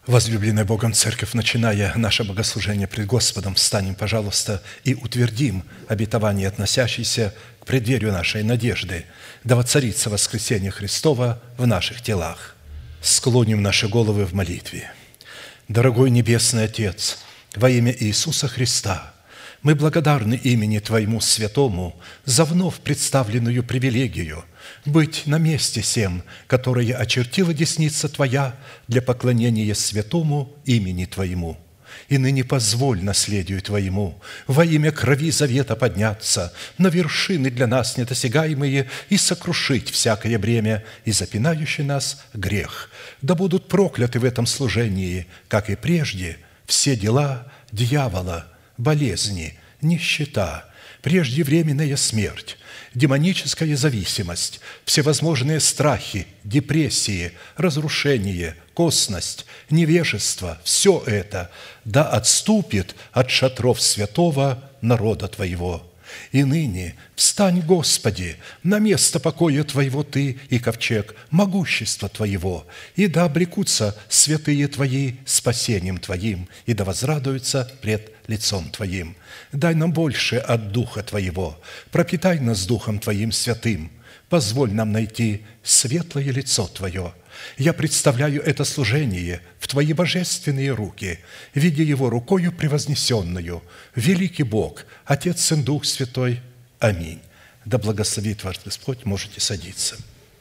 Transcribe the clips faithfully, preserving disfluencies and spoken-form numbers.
Возлюбленная Богом Церковь, начиная наше богослужение пред Господом, встанем, пожалуйста, и утвердим обетование, относящееся к преддверию нашей надежды, да воцарится воскресение Христова в наших телах. Склоним наши головы в молитве. Дорогой Небесный Отец, во имя Иисуса Христа, мы благодарны имени Твоему Святому за вновь представленную привилегию быть на месте сем, которое очертила десница Твоя для поклонения святому имени Твоему. И ныне позволь наследию Твоему во имя крови завета подняться на вершины для нас недосягаемые и сокрушить всякое бремя и запинающий нас грех. Да будут прокляты в этом служении, как и прежде, все дела дьявола, болезни, нищета, преждевременная смерть, демоническая зависимость, всевозможные страхи, депрессии, разрушение, косность, невежество – все это да отступит от шатров святого народа Твоего. И ныне встань, Господи, на место покоя Твоего Ты и ковчег могущества Твоего, и да облекутся святые Твои спасением Твоим, и да возрадуются пред лицом Твоим. Дай нам больше от Духа Твоего, пропитай нас Духом Твоим святым, позволь нам найти светлое лицо Твое. Я представляю это служение в Твои божественные руки, видя его рукою превознесенную. Великий Бог, Отец, Сын, Дух Святой. Аминь. Да благословит вас Господь, можете садиться.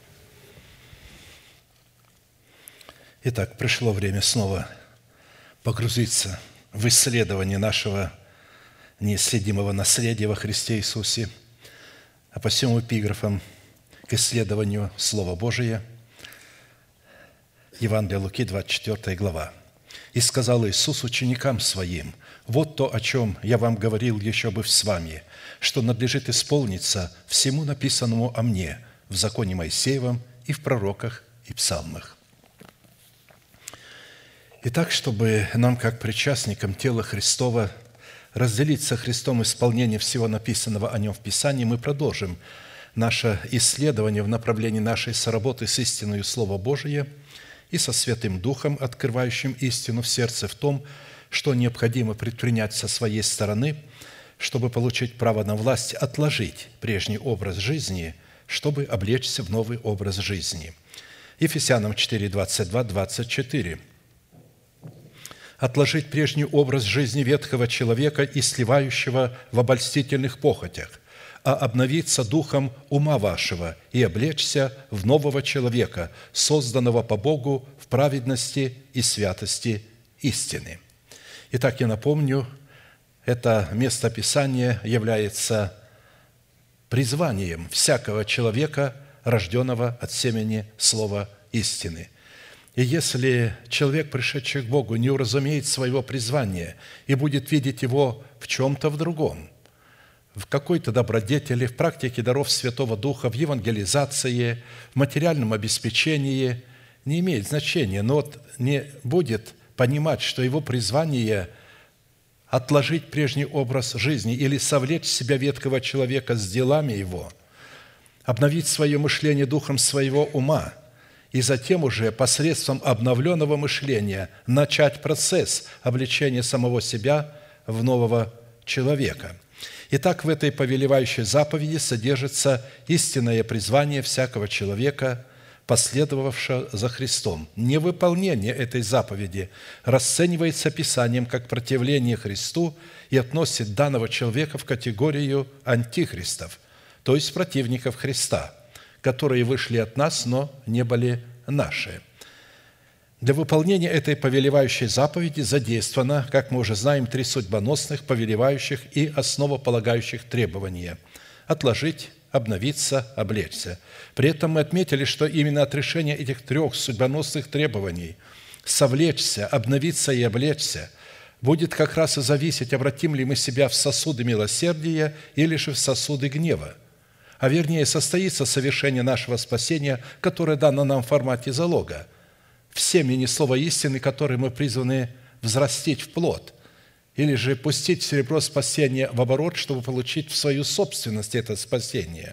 Итак, пришло время снова погрузиться в исследование нашего неисследимого наследия во Христе Иисусе, а по всем эпиграфам к исследованию Слова Божия. Евангелие Луки, двадцать четвёртая глава. «И сказал Иисус ученикам Своим: вот то, о чем я вам говорил еще бы с вами, что надлежит исполниться всему написанному о мне в законе Моисеевом и в пророках и псалмах». Итак, чтобы нам, как причастникам тела Христова, разделить со Христом исполнение всего написанного о Нем в Писании, мы продолжим наше исследование в направлении нашей соработы с истиною Слова Божия и со Святым Духом, открывающим истину в сердце в том, что необходимо предпринять со своей стороны, чтобы получить право на власть, отложить прежний образ жизни, чтобы облечься в новый образ жизни. Ефесянам четыре, двадцать два, двадцать четыре. «Отложить прежний образ жизни ветхого человека и сливающего в обольстительных похотях, а обновиться духом ума вашего и облечься в нового человека, созданного по Богу в праведности и святости истины». Итак, я напомню, это местописание является призванием всякого человека, рожденного от семени слова истины. И если человек, пришедший к Богу, не уразумеет своего призвания и будет видеть его в чем-то в другом, в какой-то добродетели, в практике даров Святого Духа, в евангелизации, в материальном обеспечении, не имеет значения, но вот не будет понимать, что его призвание – отложить прежний образ жизни или совлечь с себя ветхого человека с делами его, обновить свое мышление духом своего ума и затем уже посредством обновленного мышления начать процесс облечения самого себя в нового человека. Итак, в этой повелевающей заповеди содержится истинное призвание всякого человека, последовавшего за Христом. Невыполнение этой заповеди расценивается Писанием как противление Христу и относит данного человека в категорию антихристов, то есть противников Христа, которые вышли от нас, но не были наши. Для выполнения этой повелевающей заповеди задействовано, как мы уже знаем, три судьбоносных, повелевающих и основополагающих требования – отложить, обновиться, облечься. При этом мы отметили, что именно от решения этих трех судьбоносных требований – совлечься, обновиться и облечься – будет как раз и зависеть, обратим ли мы себя в сосуды милосердия или же в сосуды гнева, а вернее состоится совершение нашего спасения, которое дано нам в формате залога, в семени слова истины, которое мы призваны взрастить в плод, или же пустить серебро спасения в оборот, чтобы получить в свою собственность это спасение.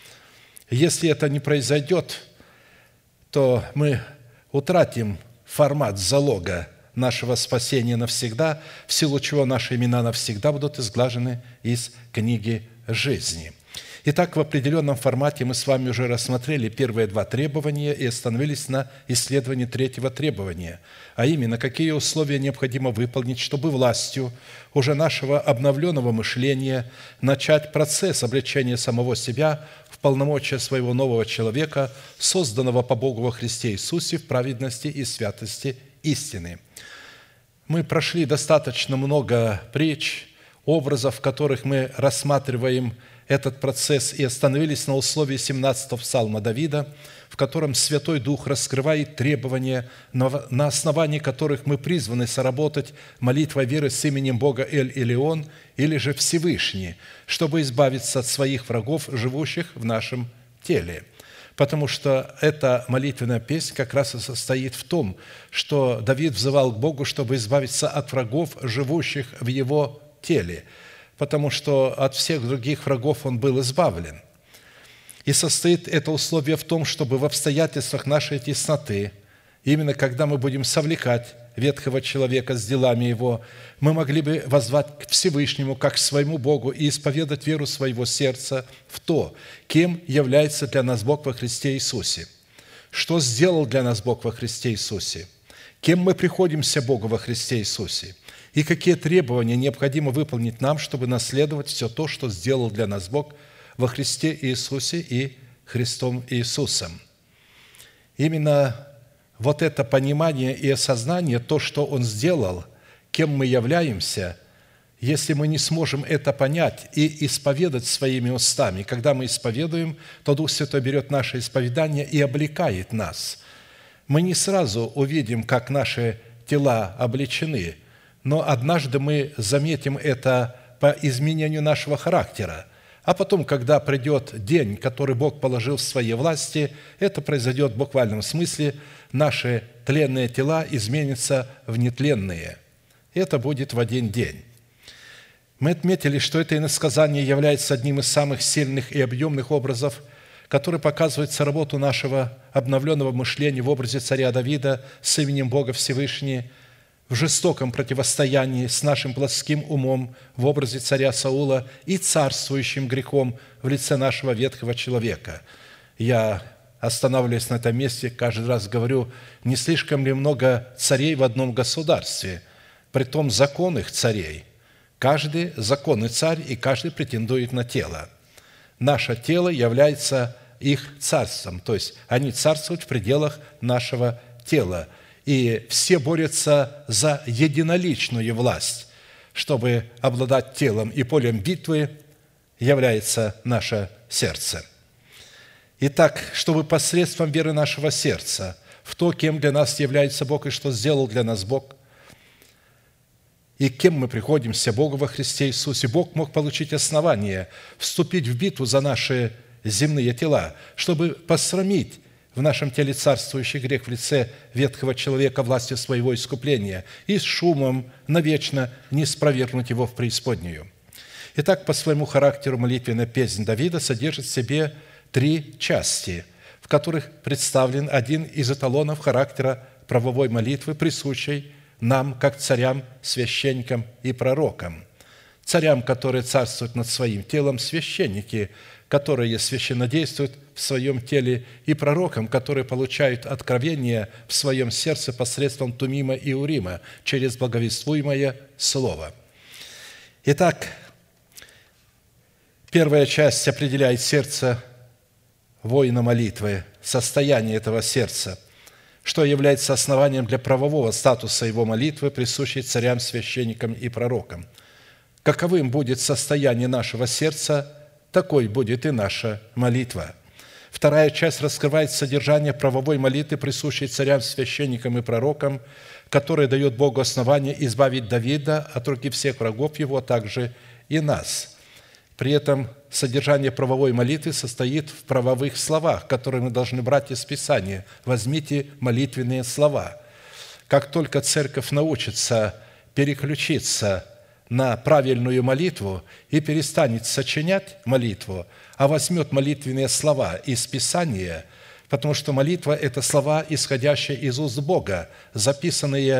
Если это не произойдет, то мы утратим формат залога нашего спасения навсегда, в силу чего наши имена навсегда будут изглажены из книги жизни. Итак, в определенном формате мы с вами уже рассмотрели первые два требования и остановились на исследовании третьего требования, а именно, какие условия необходимо выполнить, чтобы властью уже нашего обновленного мышления начать процесс облечения самого себя в полномочия своего нового человека, созданного по Богу во Христе Иисусе в праведности и святости истины. Мы прошли достаточно много притч, образов, в которых мы рассматриваем этот процесс, и остановились на условии семнадцатого псалма Давида, в котором Святой Дух раскрывает требования, на основании которых мы призваны соработать молитвой веры с именем Бога Эль-Илион или же Всевышний, чтобы избавиться от своих врагов, живущих в нашем теле. Потому что эта молитвенная песня как раз и состоит в том, что Давид взывал к Богу, чтобы избавиться от врагов, живущих в его теле, потому что от всех других врагов он был избавлен. И состоит это условие в том, чтобы в обстоятельствах нашей тесноты, именно когда мы будем совлекать ветхого человека с делами его, мы могли бы воззвать к Всевышнему, как к своему Богу, и исповедать веру своего сердца в то, кем является для нас Бог во Христе Иисусе, что сделал для нас Бог во Христе Иисусе, кем мы приходимся Богу во Христе Иисусе, и какие требования необходимо выполнить нам, чтобы наследовать все то, что сделал для нас Бог во Христе Иисусе и Христом Иисусом. Именно вот это понимание и осознание, то, что Он сделал, кем мы являемся, если мы не сможем это понять и исповедать своими устами, когда мы исповедуем, то Дух Святой берет наше исповедание и облекает нас. Мы не сразу увидим, как наши тела облечены, но однажды мы заметим это по изменению нашего характера. А потом, когда придет день, который Бог положил в своей власти, это произойдет в буквальном смысле, наши тленные тела изменятся в нетленные. Это будет в один день. Мы отметили, что это иносказание является одним из самых сильных и объемных образов, который показывает работу нашего обновленного мышления в образе царя Давида с именем Бога Всевышний, в жестоком противостоянии с нашим плотским умом в образе царя Саула и царствующим грехом в лице нашего ветхого человека. Я останавливаюсь на этом месте, каждый раз говорю, не слишком ли много царей в одном государстве, притом законных царей. Каждый законный царь, и каждый претендует на тело. Наше тело является их царством, то есть они царствуют в пределах нашего тела. И все борются за единоличную власть, чтобы обладать телом, и полем битвы является наше сердце. Итак, чтобы посредством веры нашего сердца в то, кем для нас является Бог и что сделал для нас Бог, и кем мы приходимся Богу во Христе Иисусе, Бог мог получить основание вступить в битву за наши земные тела, чтобы посрамить в нашем теле царствующий грех в лице ветхого человека властью своего искупления и с шумом навечно не спровергнуть его в преисподнюю. Итак, по своему характеру молитвенная песнь Давида содержит в себе три части, в которых представлен один из эталонов характера правовой молитвы, присущей нам, как царям, священникам и пророкам. Царям, которые царствуют над своим телом, священники, которые священнодействуют в своем теле, и пророкам, которые получают откровение в своем сердце посредством Тумима и Урима через благовествуемое Слово. Итак, первая часть определяет сердце воина молитвы, состояние этого сердца, что является основанием для правового статуса его молитвы, присущей царям, священникам и пророкам. Каковым будет состояние нашего сердца, такой будет и наша молитва. Вторая часть раскрывает содержание правовой молитвы, присущей царям, священникам и пророкам, которая дает Богу основание избавить Давида от руки всех врагов его, а также и нас. При этом содержание правовой молитвы состоит в правовых словах, которые мы должны брать из Писания. Возьмите молитвенные слова. Как только церковь научится переключиться на правильную молитву и перестанет сочинять молитву, а возьмет молитвенные слова из Писания, потому что молитва – это слова, исходящие из уст Бога, записанные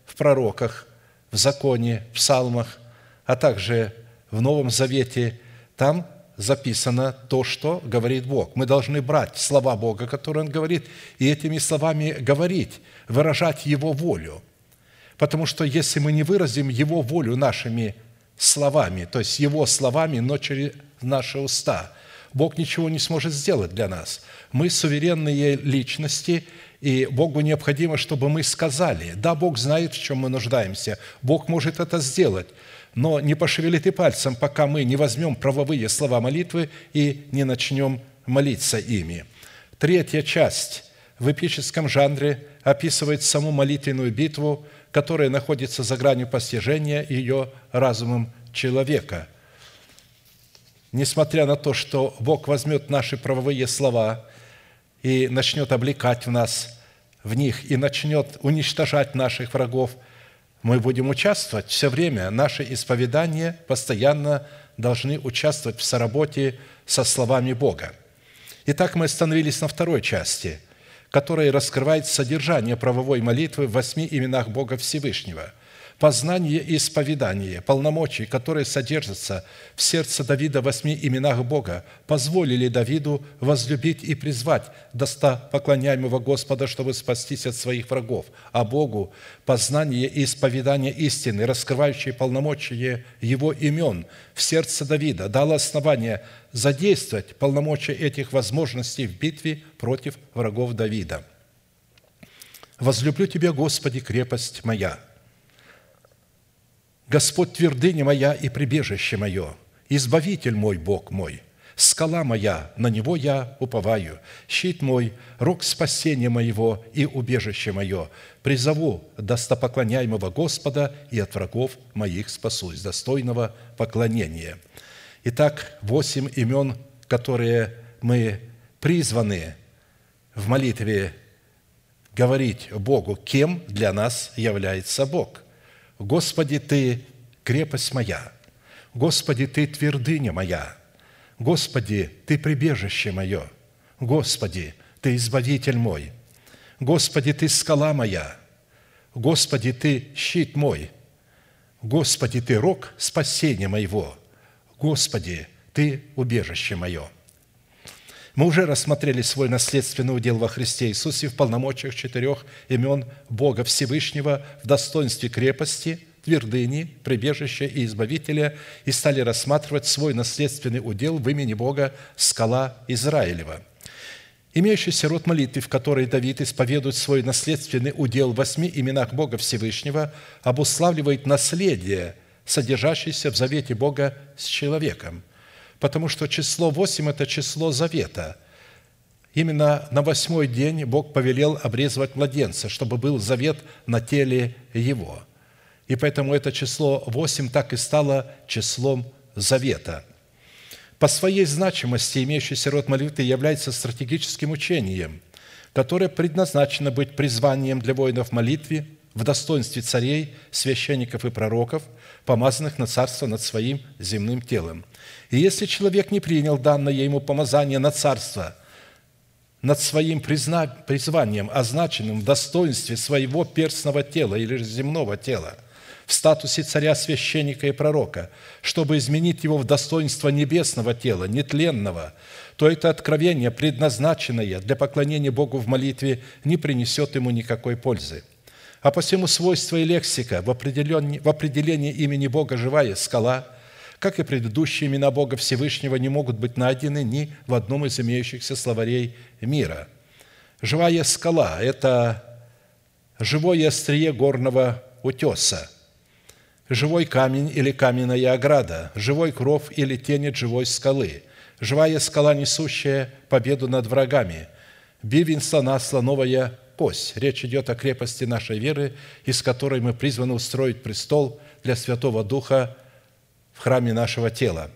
в пророках, в законе, в псалмах, а также в Новом Завете, там записано то, что говорит Бог. Мы должны брать слова Бога, которые Он говорит, и этими словами говорить, выражать Его волю. Потому что если мы не выразим Его волю нашими словами, то есть Его словами, но через наши уста, Бог ничего не сможет сделать для нас. Мы суверенные личности, и Богу необходимо, чтобы мы сказали. Да, Бог знает, в чем мы нуждаемся. Бог может это сделать, но не пошевелит и пальцем, пока мы не возьмем правовые слова молитвы и не начнем молиться ими. Третья часть в эпическом жанре описывает саму молитвенную битву, которая находится за гранью постижения ее разумом человека. Несмотря на то, что Бог возьмет наши правовые слова и начнет облекать в нас в них, и начнет уничтожать наших врагов, мы будем участвовать все время. Наше исповедание постоянно должны участвовать в соработе со словами Бога. Итак, мы остановились на второй части, которая раскрывает содержание правовой молитвы в восьми именах Бога Всевышнего. Познание и исповедание полномочий, которые содержатся в сердце Давида в восьми именах Бога, позволили Давиду возлюбить и призвать достопоклоняемого Господа, чтобы спастись от своих врагов. А Богу познание и исповедание истины, раскрывающие полномочия Его имен в сердце Давида, дало основание задействовать полномочия этих возможностей в битве против врагов Давида. «Возлюблю Тебя, Господи, крепость моя, Господь твердыня моя и прибежище мое, избавитель мой, Бог мой, скала моя, на Него я уповаю, щит мой, рог спасения моего и убежище мое. Призову достопоклоняемого Господа и от врагов моих спасусь». Достойного поклонения. Итак, восемь имен, которые мы призваны в молитве говорить Богу, кем для нас является Бог. «Господи, Ты крепость моя, Господи, Ты твердыня моя, Господи, Ты прибежище мое, Господи, Ты избавитель мой, Господи, Ты скала моя, Господи, Ты щит мой, Господи, Ты рог спасения моего, Господи, Ты убежище мое». Мы уже рассмотрели свой наследственный удел во Христе Иисусе в полномочиях четырех имен Бога Всевышнего в достоинстве крепости, твердыни, прибежища и избавителя, и стали рассматривать свой наследственный удел в имени Бога «Скала Израилева». Имеющийся род молитвы, в которой Давид исповедует свой наследственный удел в восьми именах Бога Всевышнего, обуславливает наследие, содержащееся в завете Бога с человеком. Потому что число восемь – это число завета. Именно на восьмой день Бог повелел обрезывать младенца, чтобы был завет на теле его. И поэтому это число восемь так и стало числом завета. По своей значимости имеющийся род молитвы является стратегическим учением, которое предназначено быть призванием для воинов молитвы в достоинстве царей, священников и пророков, помазанных на царство над своим земным телом. И если человек не принял данное ему помазание на царство над своим призна... призванием, означенным в достоинстве своего перстного тела или земного тела, в статусе царя, священника и пророка, чтобы изменить его в достоинство небесного тела, нетленного, то это откровение, предназначенное для поклонения Богу в молитве, не принесет ему никакой пользы. А посему свойства и лексика в определении, в определении имени Бога «живая скала», как и предыдущие имена Бога Всевышнего, не могут быть найдены ни в одном из имеющихся словарей мира. Живая скала – это живое острие горного утеса, живой камень или каменная ограда, живой кров или тень от живой скалы, живая скала, несущая победу над врагами, бивень слона, слоновая кость. Речь идет о крепости нашей веры, из которой мы призваны устроить престол для Святого Духа в храме нашего тела.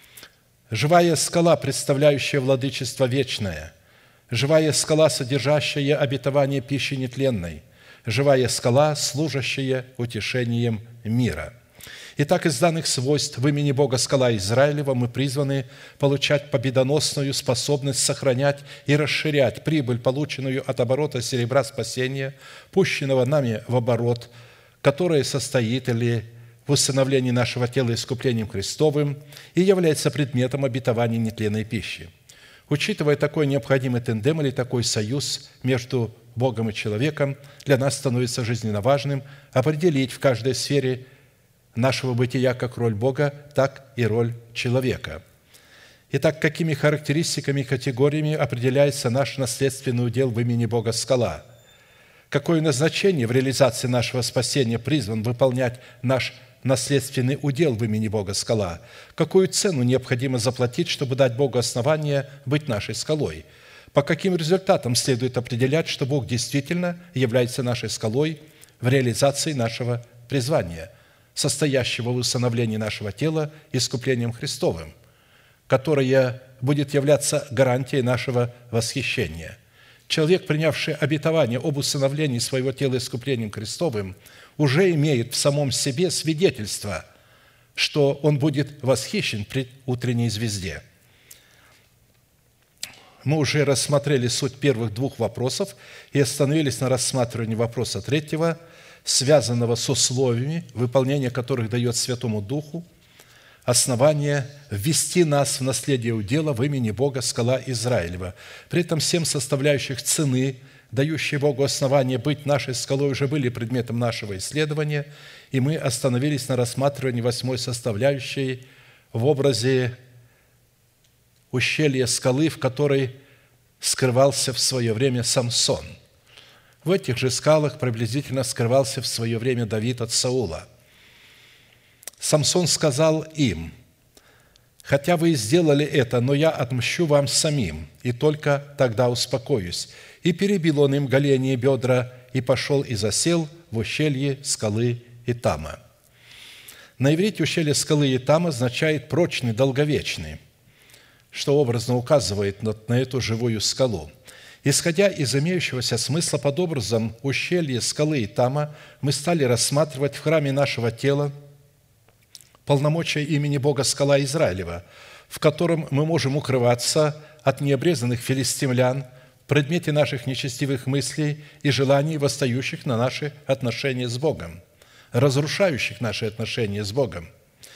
Живая скала, представляющая владычество вечное, живая скала, содержащая обетование пищи нетленной, живая скала, служащая утешением мира. Итак, из данных свойств в имени Бога скала Израилева мы призваны получать победоносную способность сохранять и расширять прибыль, полученную от оборота серебра спасения, пущенного нами в оборот, которое состоит или в усыновлении нашего тела искуплением Христовым и является предметом обетования нетленной пищи. Учитывая такой необходимый тандем или такой союз между Богом и человеком, для нас становится жизненно важным определить в каждой сфере нашего бытия как роль Бога, так и роль человека. Итак, какими характеристиками и категориями определяется наш наследственный удел в имени Бога скала? Какое назначение в реализации нашего спасения призван выполнять наш наследственный удел в имени Бога скала? Какую цену необходимо заплатить, чтобы дать Богу основание быть нашей скалой? По каким результатам следует определять, что Бог действительно является нашей скалой в реализации нашего призвания, состоящего в усыновлении нашего тела искуплением Христовым, которое будет являться гарантией нашего восхищения? Человек, принявший обетование об усыновлении своего тела искуплением Христовым, уже имеет в самом себе свидетельство, что он будет восхищен при утренней звезде. Мы уже рассмотрели суть первых двух вопросов и остановились на рассматривании вопроса третьего, связанного с условиями, выполнение которых дает Святому Духу основание ввести нас в наследие удела в имени Бога скала Израилева. При этом семь составляющих цены, дающие Богу основание быть нашей скалой, уже были предметом нашего исследования, и мы остановились на рассматривании восьмой составляющей в образе ущелья скалы, в которой скрывался в свое время Самсон. В этих же скалах приблизительно скрывался в свое время Давид от Саула. Самсон сказал им: «Хотя вы и сделали это, но я отмщу вам самим, и только тогда успокоюсь». И перебил он им голени и бедра, и пошел и засел в ущелье скалы Итама. На иврите ущелье скалы Итам означает «прочный, долговечный», что образно указывает на эту живую скалу. Исходя из имеющегося смысла под образом ущелья скалы Итама, мы стали рассматривать в храме нашего тела полномочия имени Бога скала Израилева, в котором мы можем укрываться от необрезанных филистимлян в предмете наших нечестивых мыслей и желаний, восстающих на наши отношения с Богом, разрушающих наши отношения с Богом,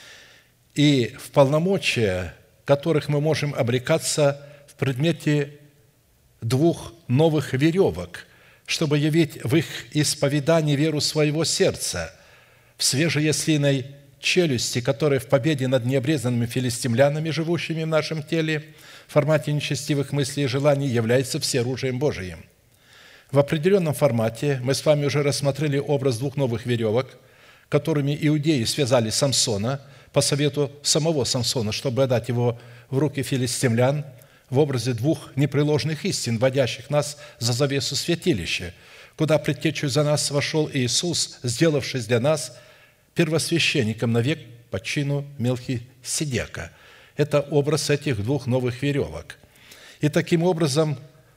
и в полномочия которых мы можем обрекаться в предмете двух новых веревок, чтобы явить в их исповедании веру своего сердца, в свежеяслиной челюсти, которая в победе над необрезанными филистимлянами, живущими в нашем теле, в формате нечестивых мыслей и желаний, является всеоружием Божиим. В определенном формате мы с вами уже рассмотрели образ двух новых веревок, которыми иудеи связали Самсона по совету самого Самсона, чтобы отдать его в руки филистимлян, в образе двух непреложных истин, вводящих нас за завесу святилища, куда предтечью за нас вошел Иисус, сделавшись для нас первосвященником навек по чину Мелхиседека. Это образ этих двух новых веревок. И таким образом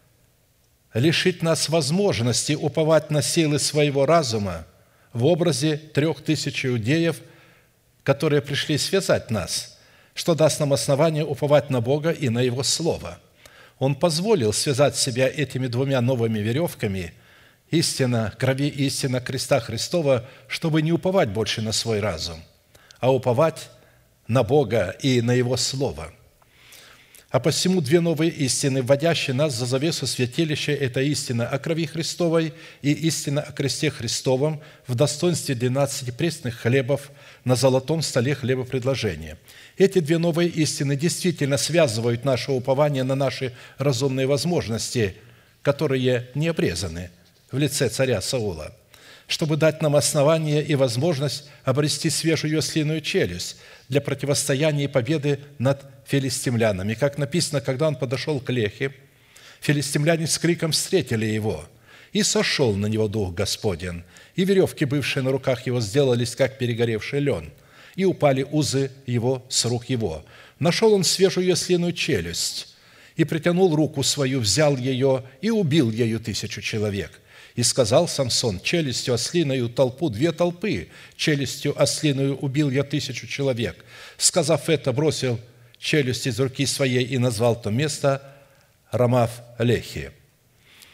лишить нас возможности уповать на силы своего разума в образе трех тысяч иудеев, которые пришли связать нас, что даст нам основание уповать на Бога и на Его Слово. Он позволил связать себя этими двумя новыми веревками, истина крови, истина креста Христова, чтобы не уповать больше на свой разум, а уповать на Бога и на Его Слово. А посему две новые истины, вводящие нас за завесу святилища, это истина о крови Христовой и истина о кресте Христовом в достоинстве двенадцати пресных хлебов на золотом столе хлебопредложения. Эти две новые истины действительно связывают наше упование на наши разумные возможности, которые не обрезаны в лице царя Саула, чтобы дать нам основание и возможность обрести свежую ослиную челюсть для противостояния и победы над филистимлянами. Как написано, когда он подошел к Лехе, филистимляне с криком встретили его, и сошел на него Дух Господень, и веревки, бывшие на руках его, сделались, как перегоревший лен, и упали узы его с рук его. Нашел он свежую ослиную челюсть, и притянул руку свою, взял ее и убил ею тысячу человек. И сказал Самсон: челюстью ослиною толпу две толпы, челюстью ослиною убил я тысячу человек. Сказав это, бросил челюсть из руки своей и назвал то место Рамав-Лехи. В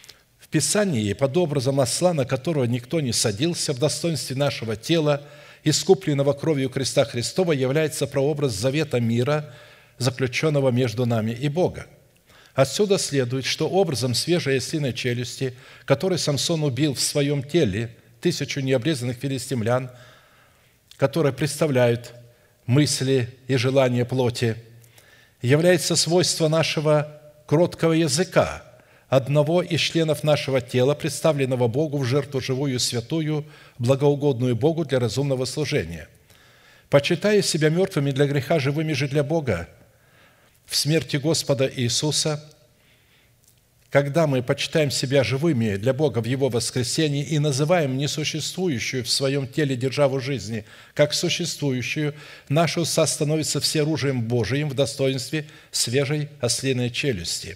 Писании под образом осла, на которого никто не садился, в достоинстве нашего тела, искупленного кровью креста Христова, является прообраз завета мира, заключенного между нами и Богом. Отсюда следует, что образом свежей ослиной челюсти, который Самсон убил в своем теле тысячу необрезанных филистимлян, которые представляют мысли и желания плоти, является свойство нашего кроткого языка, одного из членов нашего тела, представленного Богу в жертву живую и святую, благоугодную Богу для разумного служения. Почитая себя мертвыми для греха, живыми же для Бога, в смерти Господа Иисуса, когда мы почитаем себя живыми для Бога в Его воскресении и называем несуществующую в своем теле державу жизни как существующую, наши уста становятся всеоружием Божиим в достоинстве свежей ослиной челюсти.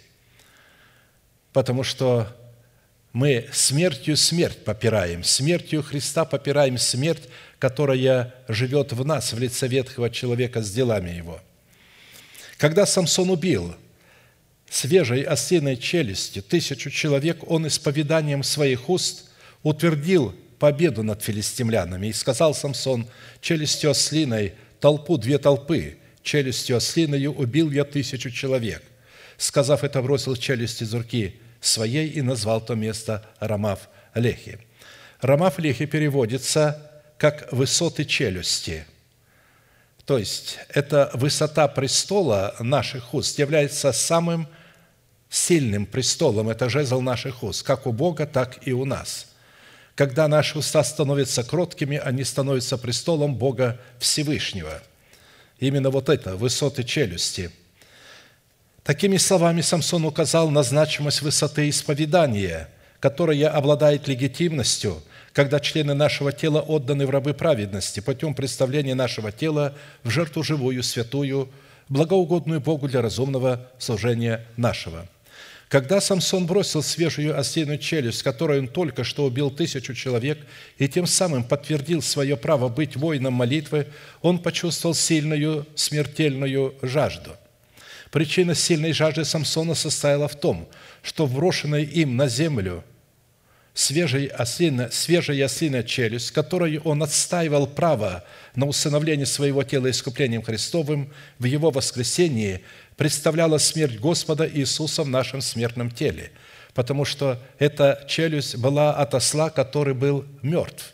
Потому что мы смертью смерть попираем, смертью Христа попираем смерть, которая живет в нас в лице ветхого человека с делами его. Когда Самсон убил свежей ослиной челюсти тысячу человек, он исповеданием своих уст утвердил победу над филистимлянами. И сказал Самсон: челюстью ослиной толпу две толпы, челюстью ослиною убил я тысячу человек. Сказав это, бросил челюсть из руки своей и назвал то место Рамав-Лехи. Рамав-Лехи переводится как «высоты челюсти». То есть, эта высота престола наших уст является самым сильным престолом, это жезл наших уст, как у Бога, так и у нас. Когда наши уста становятся кроткими, они становятся престолом Бога Всевышнего. Именно вот это, высоты челюсти. Такими словами Самсон указал на значимость высоты исповедания, которая обладает легитимностью, когда члены нашего тела отданы в рабы праведности путем представления нашего тела в жертву живую, святую, благоугодную Богу для разумного служения нашего. Когда Самсон бросил свежую ослиную челюсть, которой он только что убил тысячу человек, и тем самым подтвердил свое право быть воином молитвы, он почувствовал сильную смертельную жажду. Причина сильной жажды Самсона состояла в том, что брошенная им на землю свежая ослиная, свежая ослиная челюсть, которой он отстаивал право на усыновление своего тела искуплением Христовым в Его воскресении, представляла смерть Господа Иисуса в нашем смертном теле, потому что эта челюсть была от осла, который был мертв.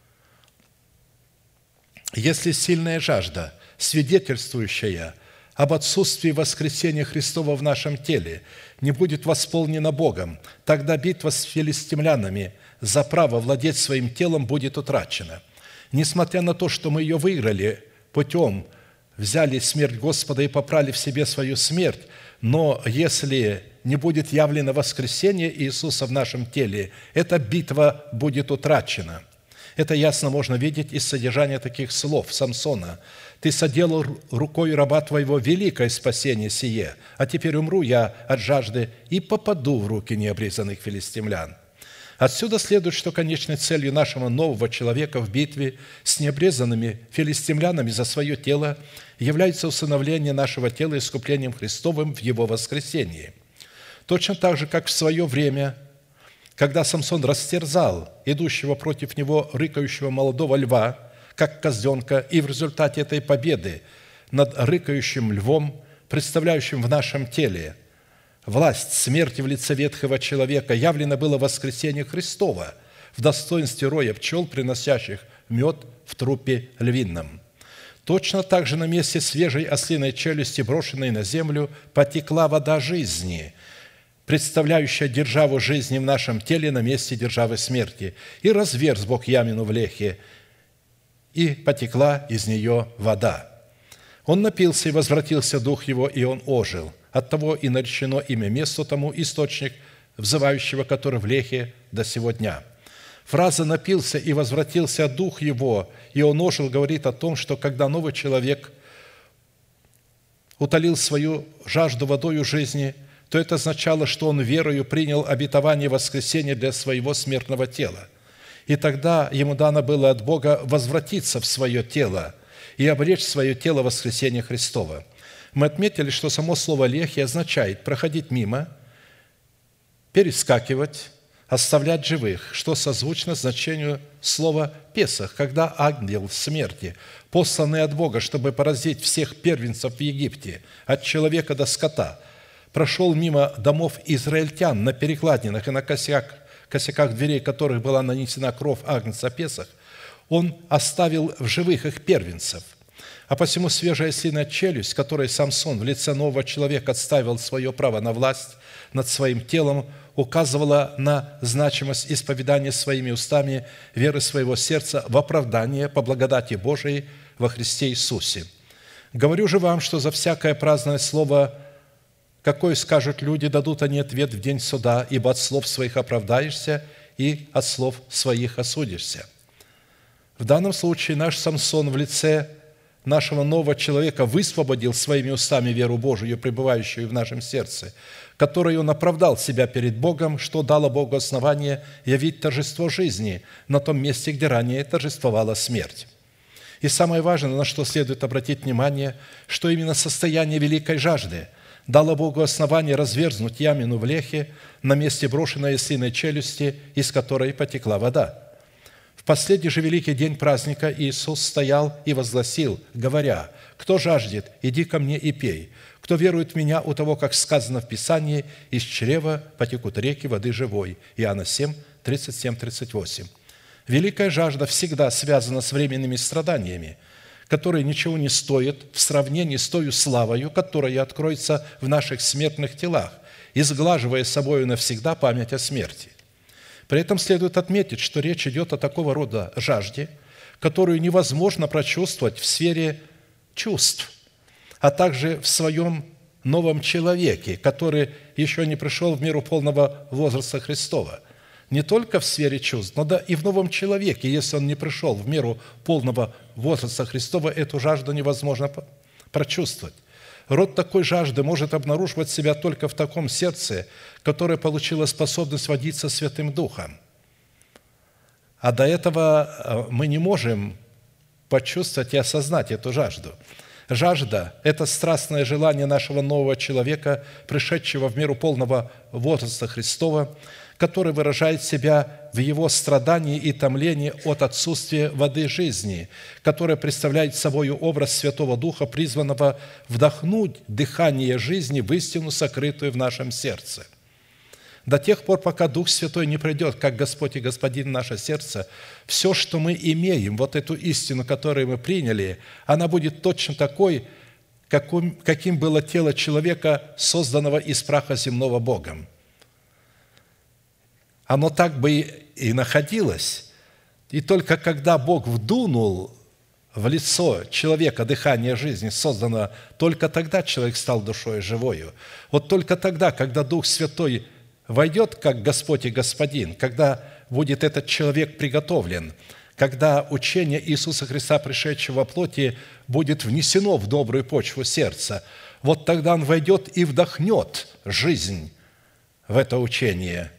Если сильная жажда, свидетельствующая об отсутствии воскресения Христова в нашем теле, не будет восполнена Богом, тогда битва с филистимлянами за право владеть своим телом будет утрачена. Несмотря на то, что мы ее выиграли путем, взяли смерть Господа и попрали в себе свою смерть, но если не будет явлено воскресение Иисуса в нашем теле, эта битва будет утрачена. Это ясно можно видеть из содержания таких слов Самсона. «Ты соделал рукой раба твоего великое спасение сие, а теперь умру я от жажды и попаду в руки необрезанных филистимлян». Отсюда следует, что конечной целью нашего нового человека в битве с необрезанными филистимлянами за свое тело является усыновление нашего тела искуплением Христовым в Его воскресении. Точно так же, как в свое время, когда Самсон растерзал идущего против него рыкающего молодого льва, как козленка, и в результате этой победы над рыкающим львом, представляющим в нашем теле власть смерти в лице ветхого человека, явлено было воскресение Христова в достоинстве роя пчел, приносящих мед в трупе львином. Точно так же на месте свежей ослиной челюсти, брошенной на землю, потекла вода жизни, представляющая державу жизни в нашем теле на месте державы смерти. И разверз Бог ямину в Лехе, и потекла из нее вода. Он напился, и возвратился дух его, и он ожил. Оттого и наречено имя месту тому источник, взывающего, который в Лехе до сего дня. Фраза «напился и возвратился дух его, и он ожил» говорит о том, что когда новый человек утолил свою жажду водою жизни, то это означало, что он верою принял обетование воскресения для своего смертного тела. И тогда ему дано было от Бога возвратиться в свое тело и обречь свое тело воскресения Христова. Мы отметили, что само слово «лехи» означает проходить мимо, перескакивать, оставлять живых, что созвучно значению слова «Песах», когда ангел смерти, посланный от Бога, чтобы поразить всех первенцев в Египте, от человека до скота, прошел мимо домов израильтян на перекладинах и на косяк, косяках дверей которых была нанесена кровь агнца Песах, он оставил в живых их первенцев. А посему свежая ослиная челюсть, которой Самсон в лице нового человека отставил свое право на власть над своим телом, указывала на значимость исповедания своими устами веры своего сердца в оправдание по благодати Божией во Христе Иисусе. Говорю же вам, что за всякое праздное слово, какое скажут люди, дадут они ответ в день суда, ибо от слов своих оправдаешься и от слов своих осудишься». В данном случае наш Самсон в лице нашего нового человека высвободил своими устами веру Божию, пребывающую в нашем сердце, которой он оправдал себя перед Богом, что дало Богу основание явить торжество жизни на том месте, где ранее торжествовала смерть. И самое важное, на что следует обратить внимание, что именно состояние великой жажды дало Богу основание разверзнуть ямину в Лехе на месте брошенной ослиной челюсти, из которой потекла вода. В последний же великий день праздника Иисус стоял и возгласил, говоря: «Кто жаждет, иди ко мне и пей. Кто верует в Меня, у того, как сказано в Писании, из чрева потекут реки воды живой». Иоанна семь, тридцать семь тридцать восемь. Великая жажда всегда связана с временными страданиями, которые ничего не стоят в сравнении с той славою, которая откроется в наших смертных телах, изглаживая собою навсегда память о смерти. При этом следует отметить, что речь идет о такого рода жажде, которую невозможно прочувствовать в сфере чувств, а также в своем новом человеке, который еще не пришел в меру полного возраста Христова. Не только в сфере чувств, но да и в новом человеке, если он не пришел в меру полного возраста Христова, эту жажду невозможно прочувствовать. Род такой жажды может обнаруживать себя только в таком сердце, которое получило способность водиться Святым Духом. А до этого мы не можем почувствовать и осознать эту жажду. Жажда – это страстное желание нашего нового человека, пришедшего в меру полного возраста Христова, который выражает себя в его страдании и томлении от отсутствия воды жизни, которая представляет собой образ Святого Духа, призванного вдохнуть дыхание жизни в истину, сокрытую в нашем сердце. До тех пор, пока Дух Святой не придет, как Господь и Господин в наше сердце, все, что мы имеем, вот эту истину, которую мы приняли, она будет точно такой, каким, каким было тело человека, созданного из праха земного Богом. Оно так бы и находилось, и только когда Бог вдунул в лицо человека дыхание жизни, созданного, только тогда человек стал душой живою. Вот только тогда, когда Дух Святой войдет, как Господь и Господин, когда будет этот человек приготовлен, когда учение Иисуса Христа, пришедшего во плоти, будет внесено в добрую почву сердца, вот тогда он войдет и вдохнет жизнь в это учение.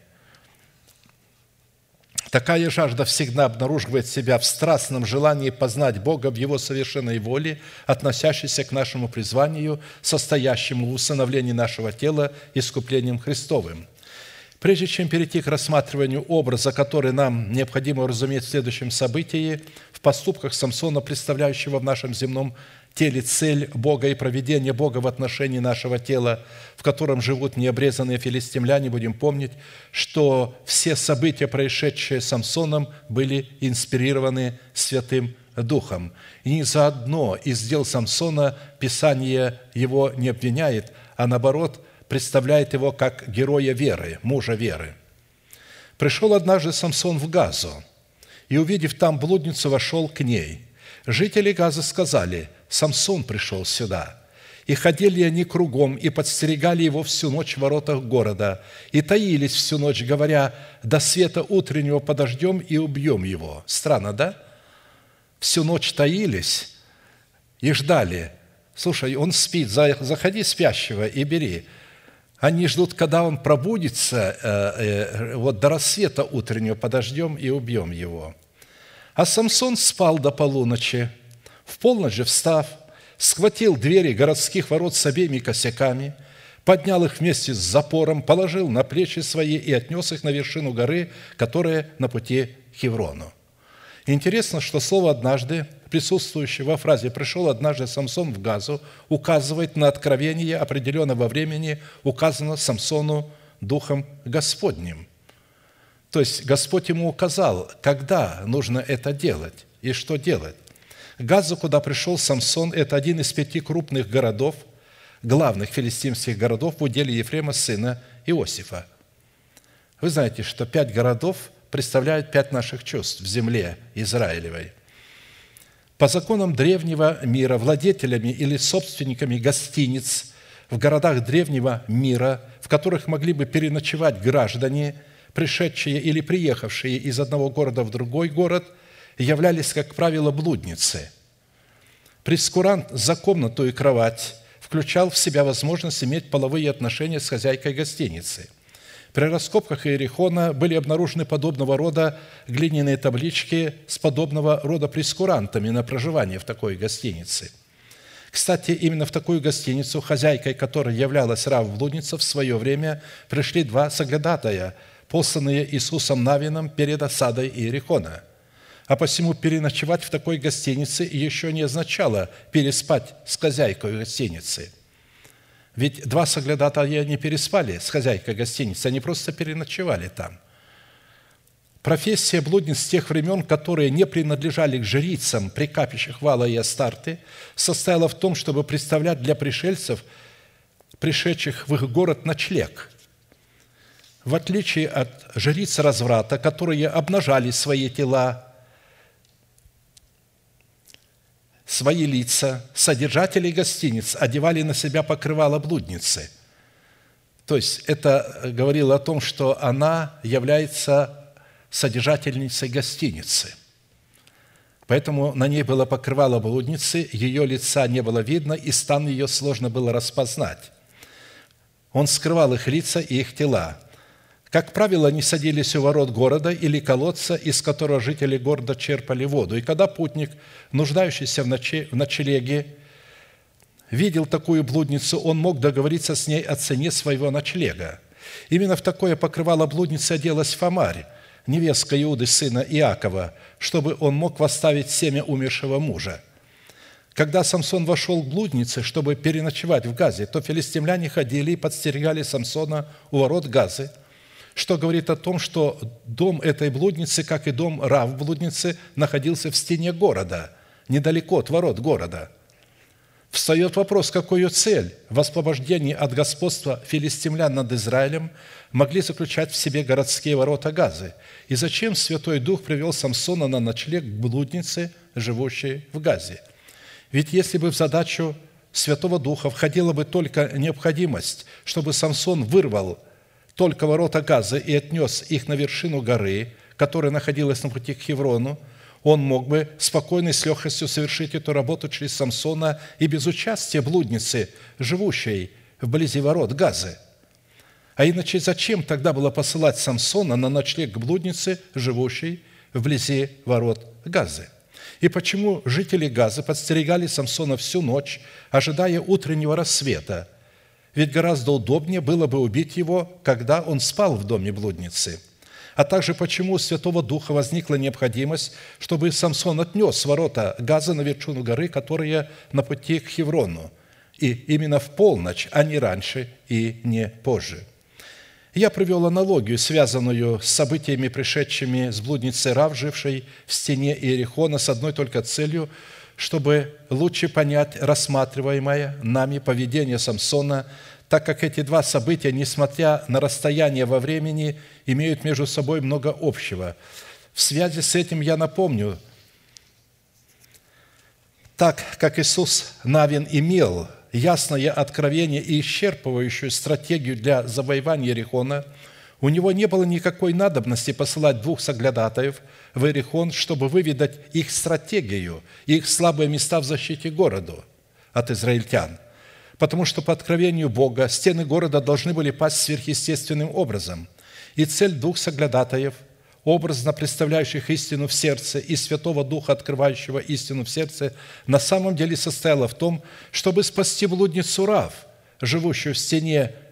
Такая жажда всегда обнаруживает себя в страстном желании познать Бога в Его совершенной воле, относящейся к нашему призванию, состоящему в усыновлении нашего тела искуплением Христовым. Прежде чем перейти к рассматриванию образа, который нам необходимо разуметь в следующем событии, в поступках Самсона, представляющего в нашем земном теле цель Бога и провидение Бога в отношении нашего тела, в котором живут необрезанные филистимляне, будем помнить, что все события, происшедшие с Самсоном, были инспирированы Святым Духом. И ни за одно из дел Самсона Писание его не обвиняет, а наоборот представляет его как героя веры, мужа веры. Пришел однажды Самсон в Газу, и, увидев там блудницу, вошел к ней. Жители Газы сказали: «Самсон пришел сюда». И ходили они кругом, и подстерегали его всю ночь в воротах города, и таились всю ночь, говоря: «До света утреннего подождем и убьем его». Странно, да? Всю ночь таились и ждали. Слушай, он спит, заходи спящего и бери. Они ждут, когда он пробудится, вот до рассвета утреннего подождем и убьем его. А Самсон спал до полуночи. В полночь же встав, схватил двери городских ворот с обеими косяками, поднял их вместе с запором, положил на плечи свои и отнес их на вершину горы, которая на пути к Хеврону». Интересно, что слово «однажды», присутствующее во фразе «пришел однажды Самсон в Газу», указывает на откровение определенного времени, указано Самсону Духом Господним. То есть Господь ему указал, когда нужно это делать и что делать. Газа, куда пришел Самсон, это один из пяти крупных городов, главных филистимских городов в уделе Ефрема, сына Иосифа. Вы знаете, что пять городов представляют пять наших чувств в земле Израилевой. По законам древнего мира владетелями или собственниками гостиниц в городах древнего мира, в которых могли бы переночевать граждане, пришедшие или приехавшие из одного города в другой город, являлись, как правило, блудницы. Прескурант за комнату и кровать включал в себя возможность иметь половые отношения с хозяйкой гостиницы. При раскопках Иерихона были обнаружены подобного рода глиняные таблички с подобного рода прескурантами на проживание в такой гостинице. Кстати, именно в такую гостиницу, хозяйкой которой являлась рав-блудница, в свое время пришли два соглядатая, посланные Иисусом Навином перед осадой Иерихона. А посему переночевать в такой гостинице еще не означало переспать с хозяйкой гостиницы. Ведь два соглядатая не переспали с хозяйкой гостиницы, они просто переночевали там. Профессия блудниц тех времен, которые не принадлежали к жрицам при капищах Вала и Астарты, состояла в том, чтобы представлять для пришельцев, пришедших в их город, ночлег. В отличие от жриц разврата, которые обнажали свои тела, свои лица, содержатели гостиниц одевали на себя покрывало блудницы. То есть это говорило о том, что она является содержательницей гостиницы. Поэтому на ней было покрывало блудницы, ее лица не было видно, и стан ее сложно было распознать. Он скрывал их лица и их тела. Как правило, они садились у ворот города или колодца, из которого жители города черпали воду. И когда путник, нуждающийся в ночлеге, видел такую блудницу, он мог договориться с ней о цене своего ночлега. Именно в такое покрывало блудницы оделась Фомарь, невестка Иуды, сына Иакова, чтобы он мог восставить семя умершего мужа. Когда Самсон вошел к блуднице, чтобы переночевать в Газе, то филистимляне ходили и подстерегали Самсона у ворот Газы, что говорит о том, что дом этой блудницы, как и дом рав-блудницы, находился в стене города, недалеко от ворот города. Встает вопрос, какую цель в освобождении от господства филистимлян над Израилем могли заключать в себе городские ворота Газы, и зачем Святой Дух привел Самсона на ночлег к блуднице, живущей в Газе. Ведь если бы в задачу Святого Духа входила бы только необходимость, чтобы Самсон вырвал только ворота Газы и отнес их на вершину горы, которая находилась на пути к Хеврону, он мог бы спокойно и с легкостью совершить эту работу через Самсона и без участия блудницы, живущей вблизи ворот Газы. А иначе зачем тогда было посылать Самсона на ночлег к блуднице, живущей вблизи ворот Газы? И почему жители Газы подстерегали Самсона всю ночь, ожидая утреннего рассвета? Ведь гораздо удобнее было бы убить его, когда он спал в доме блудницы. А также почему у Святого Духа возникла необходимость, чтобы Самсон отнес ворота Газы на вершину горы, которая на пути к Хеврону, и именно в полночь, а не раньше и не позже. Я привел аналогию, связанную с событиями, пришедшими с блудницей Рав, жившей в стене Иерихона, с одной только целью, чтобы лучше понять рассматриваемое нами поведение Самсона, так как эти два события, несмотря на расстояние во времени, имеют между собой много общего. В связи с этим я напомню, так как Иисус Навин имел ясное откровение и исчерпывающую стратегию для завоевания Иерихона, у него не было никакой надобности посылать двух соглядатаев в Иерихон, чтобы выведать их стратегию, их слабые места в защите города от израильтян. Потому что по откровению Бога стены города должны были пасть сверхъестественным образом. И цель двух соглядатаев, образно представляющих истину в сердце, и Святого Духа, открывающего истину в сердце, на самом деле состояла в том, чтобы спасти блудницу Рав, живущую в стене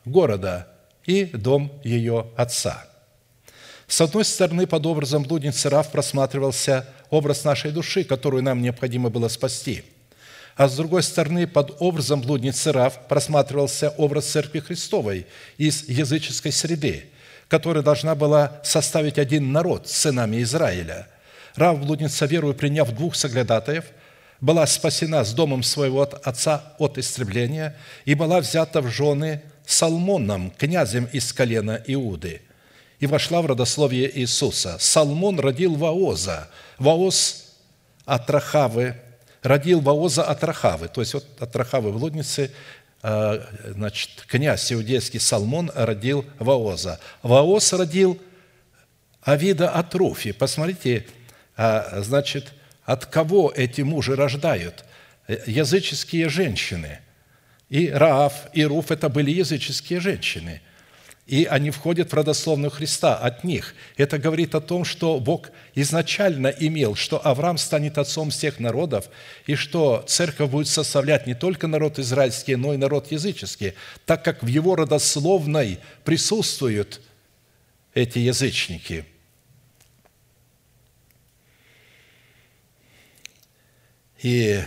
города и дом ее отца». С одной стороны, под образом блудницы Раав просматривался образ нашей души, которую нам необходимо было спасти. А с другой стороны, под образом блудницы Раав просматривался образ Церкви Христовой из языческой среды, которая должна была составить один народ с сынами Израиля. Раав, блудница, верою приняв двух соглядатаев, была спасена с домом своего отца от истребления и была взята в жены Салмоном, князем из колена Иуды, и вошла в родословие Иисуса. Салмон родил Вооза, Вооз от Рахавы, родил Вооза от Рахавы, то есть вот от Рахавы блудницы, значит, князь иудейский Салмон родил Вооза. Вооз родил Авида от Руфи. Посмотрите, значит, от кого эти мужи рождают? Языческие женщины. И Раав, и Руф – это были языческие женщины. И они входят в родословную Христа от них. Это говорит о том, что Бог изначально имел, что Авраам станет отцом всех народов, и что церковь будет составлять не только народ израильский, но и народ языческий, так как в его родословной присутствуют эти язычники. И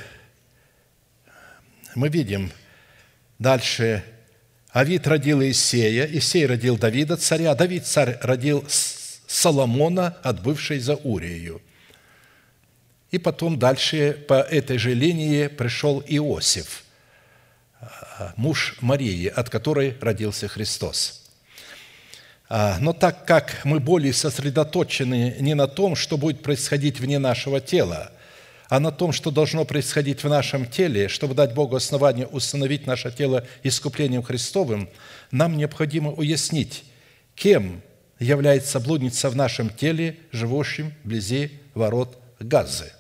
мы видим дальше: Авид родил Иисея, Иисей родил Давида, царя, Давид, царь, родил Соломона от бывшей за Урию. И потом дальше по этой же линии пришел Иосиф, муж Марии, от которой родился Христос. Но так как мы более сосредоточены не на том, что будет происходить вне нашего тела, а на том, что должно происходить в нашем теле, чтобы дать Богу основание установить наше тело искуплением Христовым, нам необходимо уяснить, кем является блудница в нашем теле, живущим вблизи ворот Газы.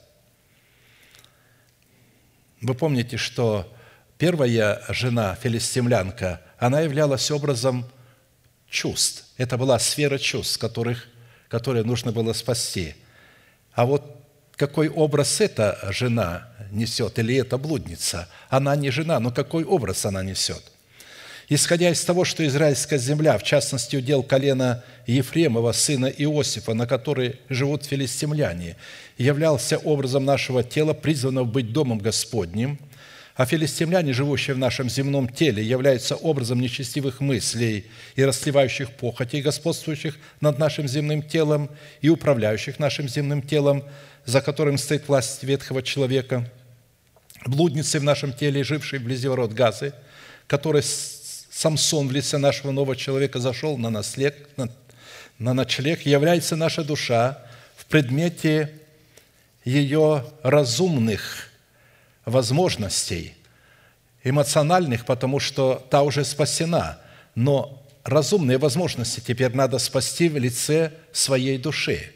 Вы помните, что первая жена, филистимлянка, она являлась образом чувств. Это была сфера чувств, которых, которые нужно было спасти. А вот какой образ эта жена несет, или эта блудница? Она не жена, но какой образ она несет? Исходя из того, что израильская земля, в частности, удел колена Ефремова, сына Иосифа, на которой живут филистимляне, являлся образом нашего тела, призванного быть домом Господним, а филистимляне, живущие в нашем земном теле, являются образом нечестивых мыслей и растлевающих похотей, господствующих над нашим земным телом и управляющих нашим земным телом, за которым стоит власть ветхого человека, блудницы в нашем теле, жившей вблизи ворот Газы, который Самсон в лице нашего нового человека зашел на, наслед, на, на ночлег, является наша душа в предмете ее разумных возможностей, эмоциональных, потому что та уже спасена, но разумные возможности теперь надо спасти в лице своей души.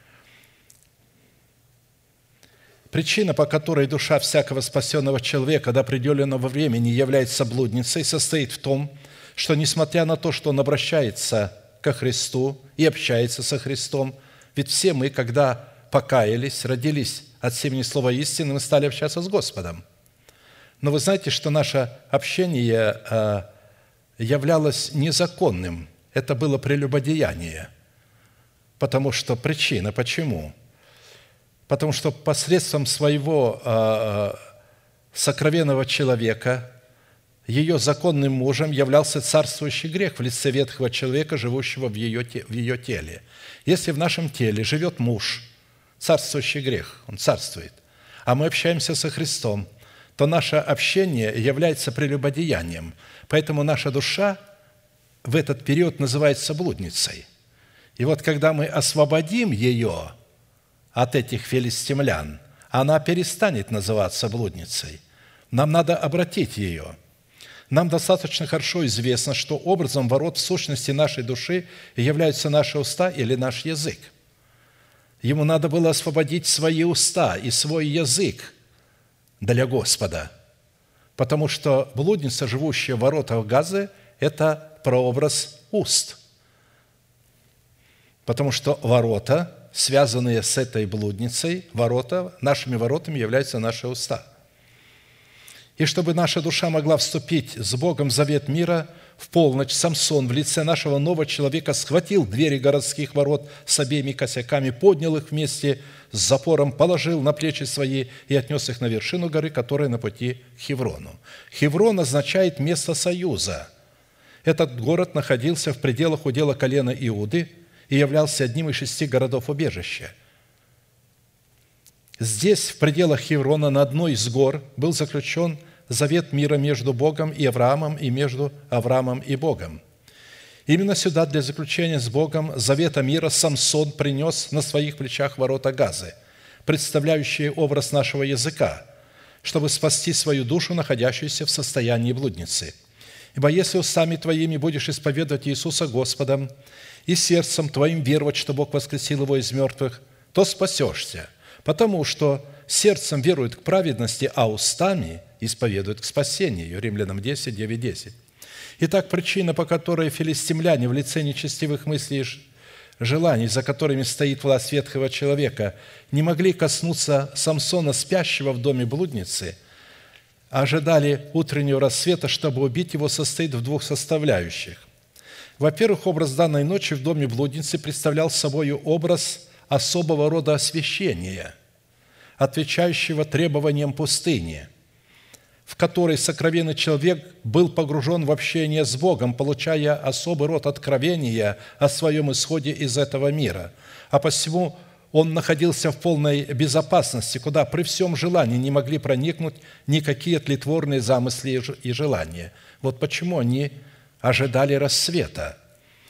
Причина, по которой душа всякого спасенного человека до определенного времени является блудницей, состоит в том, что, несмотря на то, что он обращается ко Христу и общается со Христом, ведь все мы, когда покаялись, родились от семени слова истины, мы стали общаться с Господом. Но вы знаете, что наше общение являлось незаконным. Это было прелюбодеяние. Потому что причина, почему? Потому что посредством своего э, сокровенного человека ее законным мужем являлся царствующий грех в лице ветхого человека, живущего в ее, в ее теле. Если в нашем теле живет муж, царствующий грех, он царствует, а мы общаемся со Христом, то наше общение является прелюбодеянием. Поэтому наша душа в этот период называется блудницей. И вот когда мы освободим ее от этих филистимлян, она перестанет называться блудницей. Нам надо обратить ее. Нам достаточно хорошо известно, что образом ворот в сущности нашей души являются наши уста или наш язык. Ему надо было освободить свои уста и свой язык для Господа, потому что блудница, живущая в воротах Газы, это прообраз уст. Потому что ворота, связанные с этой блудницей, ворота, нашими воротами являются наши уста. И чтобы наша душа могла вступить с Богом в завет мира, в полночь Самсон в лице нашего нового человека схватил двери городских ворот с обеими косяками, поднял их вместе с запором, положил на плечи свои и отнес их на вершину горы, которая на пути к Хеврону. Хеврон означает «место союза». Этот город находился в пределах удела колена Иуды и являлся одним из шести городов убежища. Здесь, в пределах Хеврона, на одной из гор был заключен завет мира между Богом и Авраамом и между Авраамом и Богом. Именно сюда для заключения с Богом завета мира Самсон принес на своих плечах ворота Газы, представляющие образ нашего языка, чтобы спасти свою душу, находящуюся в состоянии блудницы. Ибо если устами твоими будешь исповедовать Иисуса Господом и сердцем твоим веровать, что Бог воскресил его из мертвых, то спасешься, потому что сердцем веруют к праведности, а устами исповедуют к спасению». Римлянам десять, девять, десять. Итак, причина, по которой филистимляне в лице нечестивых мыслей и желаний, за которыми стоит власть ветхого человека, не могли коснуться Самсона, спящего в доме блудницы, а ожидали утреннего рассвета, чтобы убить его, состоит в двух составляющих. Во-первых, образ данной ночи в доме блудницы представлял собой образ особого рода освящения, отвечающего требованиям пустыни, в которой сокровенный человек был погружен в общение с Богом, получая особый род откровения о своем исходе из этого мира. А посему он находился в полной безопасности, куда при всем желании не могли проникнуть никакие тлетворные замысли и желания. Вот почему они ожидали рассвета.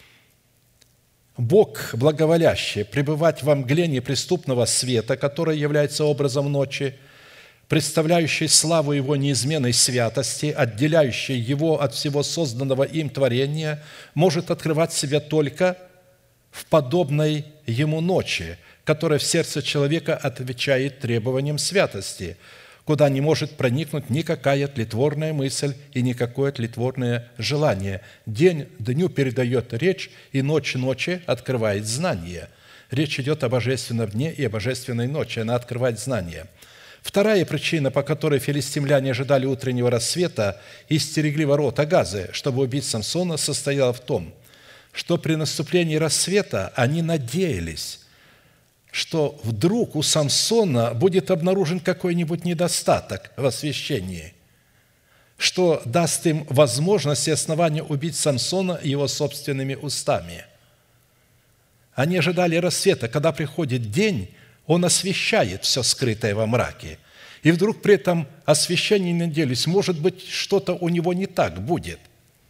Бог, благоволящий пребывать во мгле неприступного света, который является образом ночи, представляющий славу Его неизменной святости, отделяющий Его от всего созданного им творения, может открывать себя только в подобной Ему ночи, которая в сердце человека отвечает требованиям святости, куда не может проникнуть никакая тлетворная мысль и никакое тлетворное желание. День дню передает речь, и ночь ночи открывает знание. Речь идет о божественном дне и о божественной ночи, она открывает знание. Вторая причина, по которой филистимляне ожидали утреннего рассвета и стерегли ворота Газы, чтобы убить Самсона, состояла в том, что при наступлении рассвета они надеялись, что вдруг у Самсона будет обнаружен какой-нибудь недостаток в освящении, что даст им возможность и основание убить Самсона его собственными устами. Они ожидали рассвета, когда приходит день, он освещает все скрытое во мраке. И вдруг при этом освещении надеялись, может быть, что-то у него не так будет.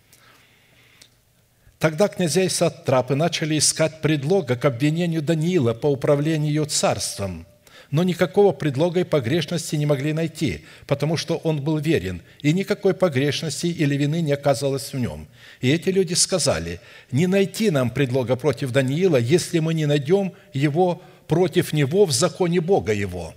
Тогда князья и сатрапы начали искать предлога к обвинению Даниила по управлению царством, но никакого предлога и погрешности не могли найти, потому что он был верен, и никакой погрешности или вины не оказалось в нем. И эти люди сказали: «Не найти нам предлога против Даниила, если мы не найдем его против него в законе Бога его.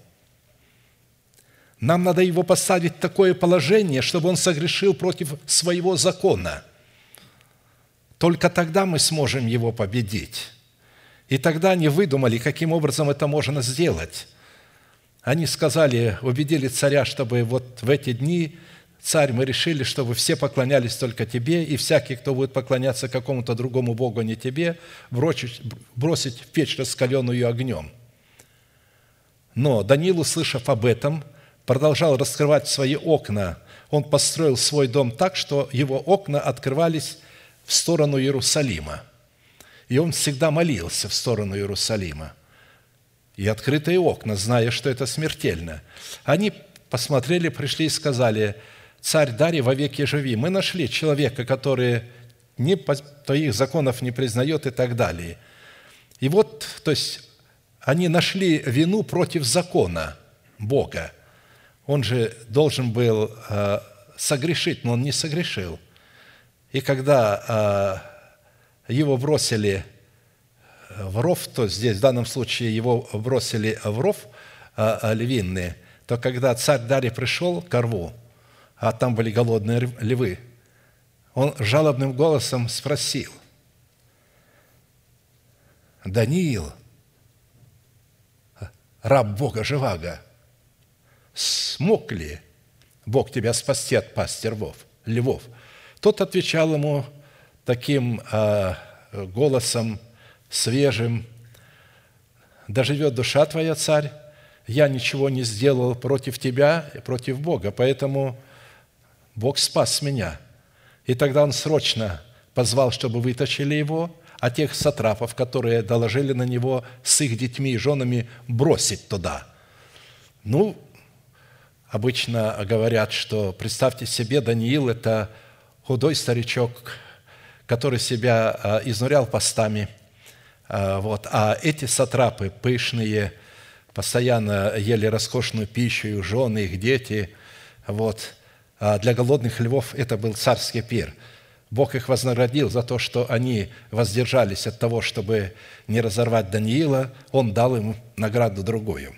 Нам надо его поставить в такое положение, чтобы он согрешил против своего закона. Только тогда мы сможем его победить». И тогда они выдумали, каким образом это можно сделать. Они сказали, убедили царя, чтобы вот в эти дни, царь, мы решили, чтобы все поклонялись только тебе, и всякий, кто будет поклоняться какому-то другому богу, а не тебе, бросить, бросить в печь, раскаленную огнем. Но Даниил, услышав об этом, продолжал раскрывать свои окна. Он построил свой дом так, что его окна открывались в сторону Иерусалима. И он всегда молился в сторону Иерусалима. И открытые окна, зная, что это смертельно. Они посмотрели, пришли и сказали: «Царь Дарий, вовеки живи, мы нашли человека, который ни твоих законов не признает» и так далее. И вот, то есть, они нашли вину против закона Бога. Он же должен был э, согрешить, но он не согрешил. И когда э, его бросили в ров, то здесь в данном случае его бросили в ров э, львиный, то когда царь Дарий пришел к рву, а там были голодные львы, он жалобным голосом спросил: «Даниил, раб Бога живаго, смог ли Бог тебя спасти от пасти львов?» львов? Тот отвечал ему таким а, голосом свежим: «Да живет душа твоя, царь, я ничего не сделал против тебя и против Бога, поэтому Бог спас меня». И тогда он срочно позвал, чтобы вытащили его, а тех сатрапов, которые доложили на него с их детьми и женами, бросить туда. Ну, обычно говорят, что, представьте себе, Даниил – это худой старичок, который себя изнурял постами, вот, а эти сатрапы, пышные, постоянно ели роскошную пищу, их жены, их дети. Вот. А для голодных львов это был царский пир. Бог их вознаградил за то, что они воздержались от того, чтобы не разорвать Даниила. Он дал им награду другую.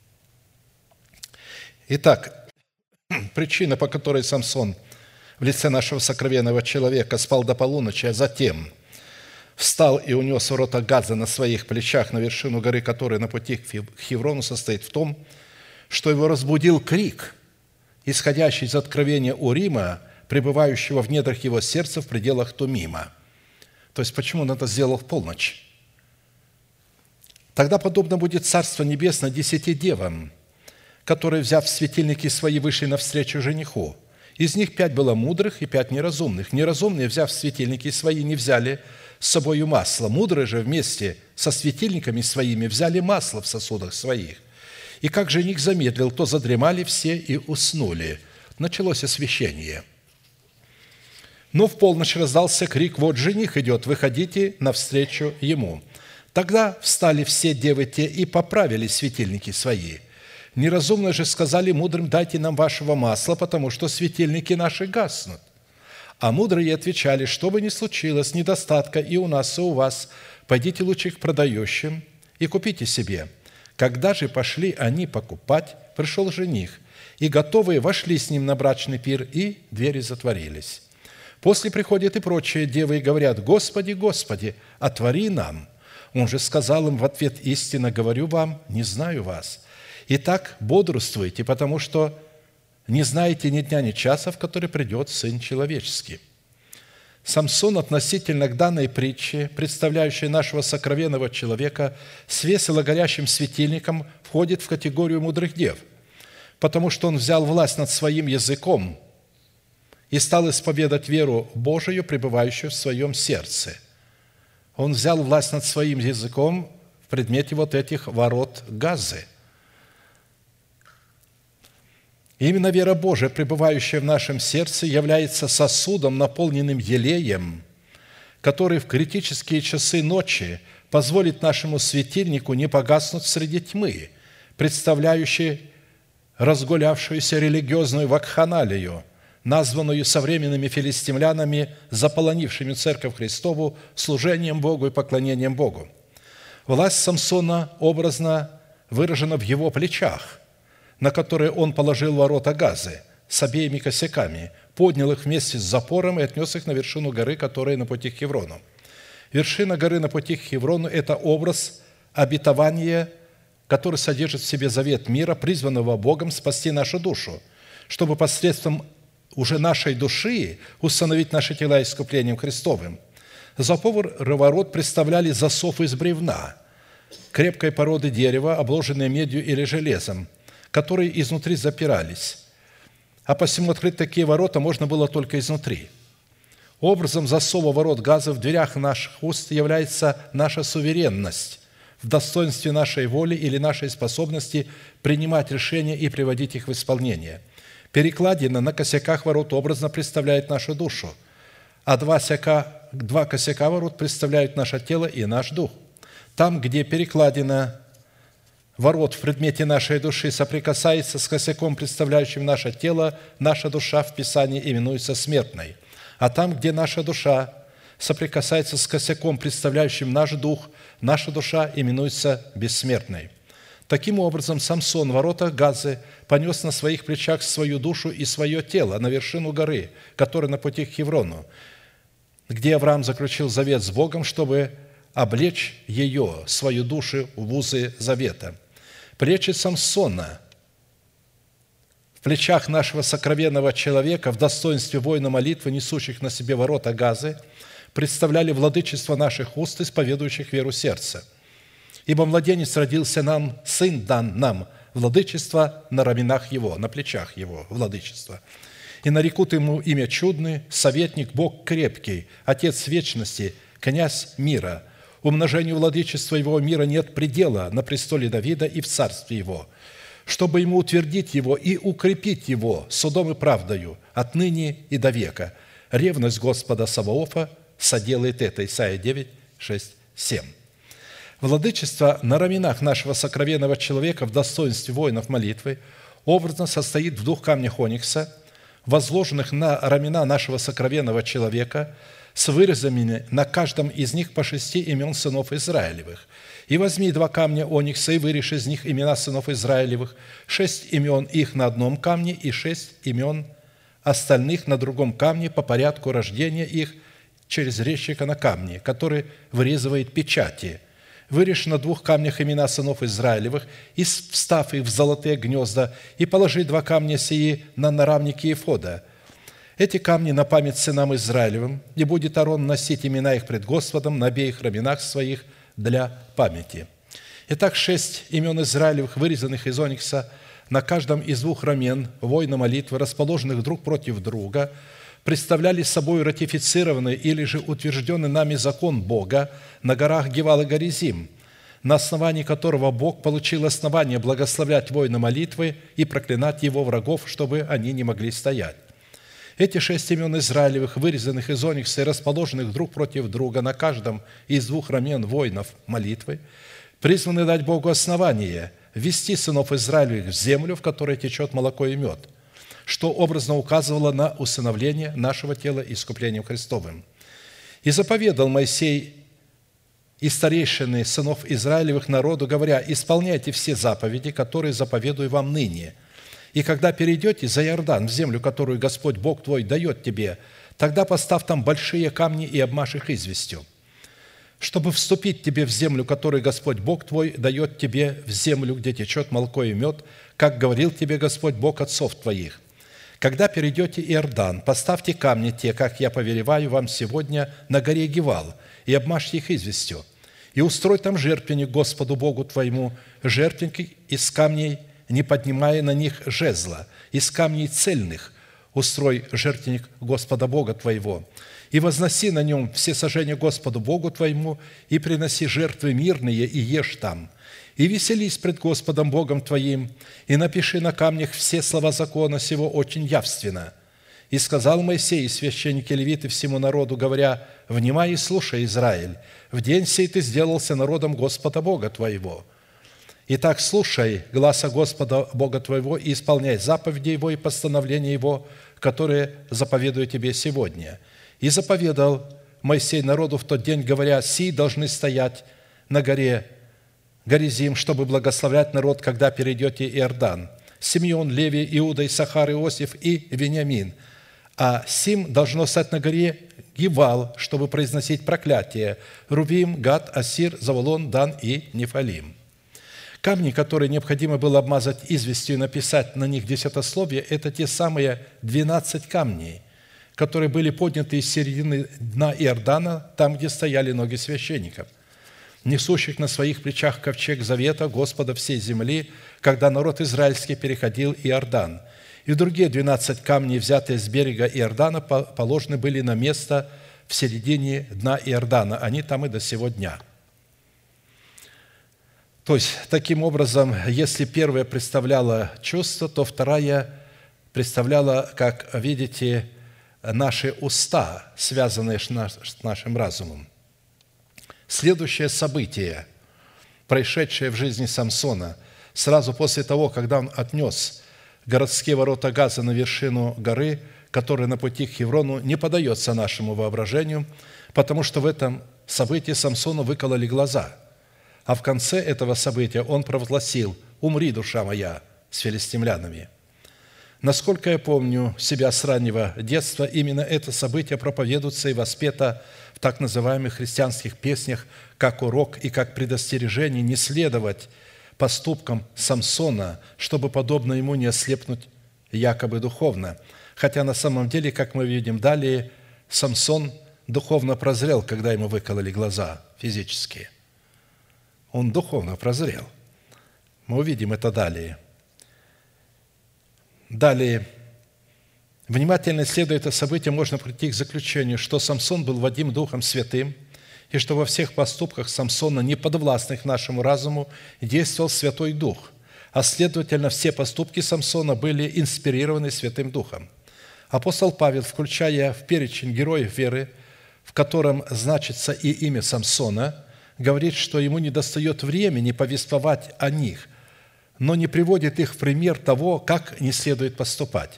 Итак, причина, по которой Самсон в лице нашего сокровенного человека спал до полуночи, а затем встал и унес ворота Газа на своих плечах на вершину горы, которая на пути к Хеврону, состоит в том, что его разбудил крик, исходящий из откровения Урима, пребывающего в недрах его сердца в пределах Тумима. То есть, почему он это сделал в полночь? Тогда подобно будет Царство Небесное десяти девам, которые, взяв светильники свои, вышли навстречу жениху. Из них пять было мудрых и пять неразумных. Неразумные, взяв светильники свои, не взяли с собою масло. Мудрые же вместе со светильниками своими взяли масло в сосудах своих. И как жених замедлил, то задремали все и уснули. Началось освещение. Но в полночь раздался крик: «Вот жених идет, выходите навстречу ему». Тогда встали все девы те и поправили светильники свои. Неразумные же сказали мудрым: «Дайте нам вашего масла, потому что светильники наши гаснут». А мудрые отвечали: «Что бы ни случилось, недостатка и у нас, и у вас, пойдите лучше к продающим и купите себе». Когда же пошли они покупать, пришел жених, и готовые вошли с ним на брачный пир, и двери затворились. После приходят и прочие девы и говорят: «Господи, Господи, отвори нам». Он же сказал им в ответ: «Истинно говорю вам, не знаю вас. Итак, бодрствуйте, потому что не знаете ни дня, ни часа, в который придет Сын Человеческий». Самсон относительно к данной притче, представляющей нашего сокровенного человека с весело горящим светильником, входит в категорию мудрых дев, потому что он взял власть над своим языком и стал исповедать веру Божию, пребывающую в своем сердце. Он взял власть над своим языком в предмете вот этих ворот Газы. И именно вера Божия, пребывающая в нашем сердце, является сосудом, наполненным елеем, который в критические часы ночи позволит нашему светильнику не погаснуть среди тьмы, представляющей разгулявшуюся религиозную вакханалию, названную современными филистимлянами, заполонившими Церковь Христову, служением Богу и поклонением Богу. Власть Самсона образно выражена в его плечах, на которые он положил ворота Газы с обеими косяками, поднял их вместе с запором и отнес их на вершину горы, которая на пути к Хеврону. Вершина горы на пути к Хеврону – это образ обетования, который содержит в себе завет мира, призванного Богом спасти нашу душу, чтобы посредством уже нашей души установить наши тела искуплением Христовым. Запоры ворот представляли засов из бревна, крепкой породы дерева, обложенной медью или железом, которые изнутри запирались. А посему открыть такие ворота можно было только изнутри. Образом засова ворот Газа в дверях наших уст является наша суверенность в достоинстве нашей воли или нашей способности принимать решения и приводить их в исполнение. Перекладина на косяках ворот образно представляет нашу душу, а два, сяка, два косяка ворот представляют наше тело и наш дух. Там, где перекладина ворот в предмете нашей души соприкасается с косяком, представляющим наше тело, наша душа в Писании именуется смертной. А там, где наша душа соприкасается с косяком, представляющим наш дух, наша душа именуется бессмертной. Таким образом, Самсон в воротах Газы понес на своих плечах свою душу и свое тело на вершину горы, которая на пути к Хеврону, где Авраам заключил завет с Богом, чтобы облечь ее, свою душу, в узы завета. Плечи Самсона плечах нашего сокровенного человека в достоинстве воина молитвы, несущих на себе ворота Газы, представляли владычество наших уст, исповедующих веру сердца. Ибо младенец родился нам, сын дан нам, владычество на раменах его, на плечах его, владычество. И нарекут ему имя чудный, советник, Бог крепкий, Отец вечности, князь мира. Умножению владычества его мира нет предела на престоле Давида и в царстве его, чтобы ему утвердить его и укрепить его судом и правдою отныне и до века. Ревность Господа Саваофа соделает это. Исайя девять, шесть, семь. Владычество на раменах нашего сокровенного человека в достоинстве воинов молитвы образно состоит в двух камнях оникса, возложенных на рамена нашего сокровенного человека, с вырезами на каждом из них по шести имен сынов Израилевых. И возьми два камня оникса, и вырежь из них имена сынов Израилевых, шесть имен их на одном камне и шесть имен остальных на другом камне по порядку рождения их через резчика на камне, который вырезывает печати. Вырежь на двух камнях имена сынов Израилевых, и встав их в золотые гнезда, и положи два камня сии на нарамники Ефода. Эти камни на память сынам Израилевым, и будет Аарон носить имена их пред Господом на обеих раменах своих для памяти. Итак, шесть имен Израилевых, вырезанных из оникса, на каждом из двух рамен воина молитвы, расположенных друг против друга, представляли собой ратифицированный или же утвержденный нами закон Бога на горах Гевал и Горизим, на основании которого Бог получил основание благословлять воина молитвы и проклинать его врагов, чтобы они не могли стоять. Эти шесть имен Израилевых, вырезанных из оникса и расположенных друг против друга на каждом из двух рамен воинов молитвы, призваны дать Богу основание ввести сынов Израилевых в землю, в которой течет молоко и мед, что образно указывало на усыновление нашего тела искуплением Христовым. «И заповедал Моисей и старейшины сынов Израилевых народу, говоря: исполняйте все заповеди, которые заповедую вам ныне. И когда перейдете за Иордан, в землю, которую Господь Бог твой дает тебе, тогда поставь там большие камни и обмажь их известью, чтобы вступить тебе в землю, которую Господь Бог твой дает тебе, в землю, где течет молоко и мед, как говорил тебе Господь Бог отцов твоих. Когда перейдете Иордан, поставьте камни те, как я повелеваю вам сегодня, на горе Гевал, и обмажьте их известью, и устрой там жертвенник Господу Богу твоему, жертвенник из камней, не поднимая на них жезла, из камней цельных устрой жертвенник Господа Бога твоего, и возноси на нем все сожжения Господу Богу твоему, и приноси жертвы мирные, и ешь там. И веселись пред Господом Богом твоим, и напиши на камнях все слова закона сего очень явственно. И сказал Моисей и священники левиты всему народу, говоря: внимай и слушай, Израиль, в день сей ты сделался народом Господа Бога твоего. Итак, слушай гласа Господа Бога твоего и исполняй заповеди Его и постановления Его, которые заповедую тебе сегодня. И заповедал Моисей народу в тот день, говоря: сии должны стоять на горе Горизим, чтобы благословлять народ, когда перейдете Иордан. Симеон, Леви, Иуда, Исахар, Иосиф и Вениамин. А сим должно стать на горе Гивал, чтобы произносить проклятие: Рувим, Гад, Асир, Заволон, Дан и Нефалим. Камни, которые необходимо было обмазать известью и написать на них десятословие, это те самые двенадцать камней, которые были подняты из середины дна Иордана, там, где стояли ноги священников, несущих на своих плечах ковчег завета Господа всей земли, когда народ израильский переходил Иордан. И другие двенадцать камней, взятые с берега Иордана, положены были на место в середине дна Иордана. Они там и до сего дня. То есть, таким образом, если первая представляла чувство, то вторая представляла, как видите, наши уста, связанные с нашим разумом. Следующее событие, происшедшее в жизни Самсона, сразу после того, когда он отнес городские ворота Газа на вершину горы, которая на пути к Хеврону, не поддается нашему воображению, потому что в этом событии Самсону выкололи глаза. А в конце этого события он провозгласил: «Умри, душа моя, с филистимлянами». Насколько я помню себя с раннего детства, именно это событие проповедуется и воспето в так называемых христианских песнях как урок и как предостережение не следовать поступкам Самсона, чтобы, подобно ему, не ослепнуть якобы духовно. Хотя на самом деле, как мы видим далее, Самсон духовно прозрел, когда ему выкололи глаза физические. Он духовно прозрел. Мы увидим это далее. Далее. Внимательно исследуя это событие, можно прийти к заключению, что Самсон был водим Духом Святым, и что во всех поступках Самсона, не подвластных нашему разуму, действовал Святой Дух, а следовательно, все поступки Самсона были инспирированы Святым Духом. Апостол Павел, включая в перечень героев веры, в котором значится и имя Самсона, говорит, что ему недостает времени повествовать о них, но не приводит их в пример того, как не следует поступать.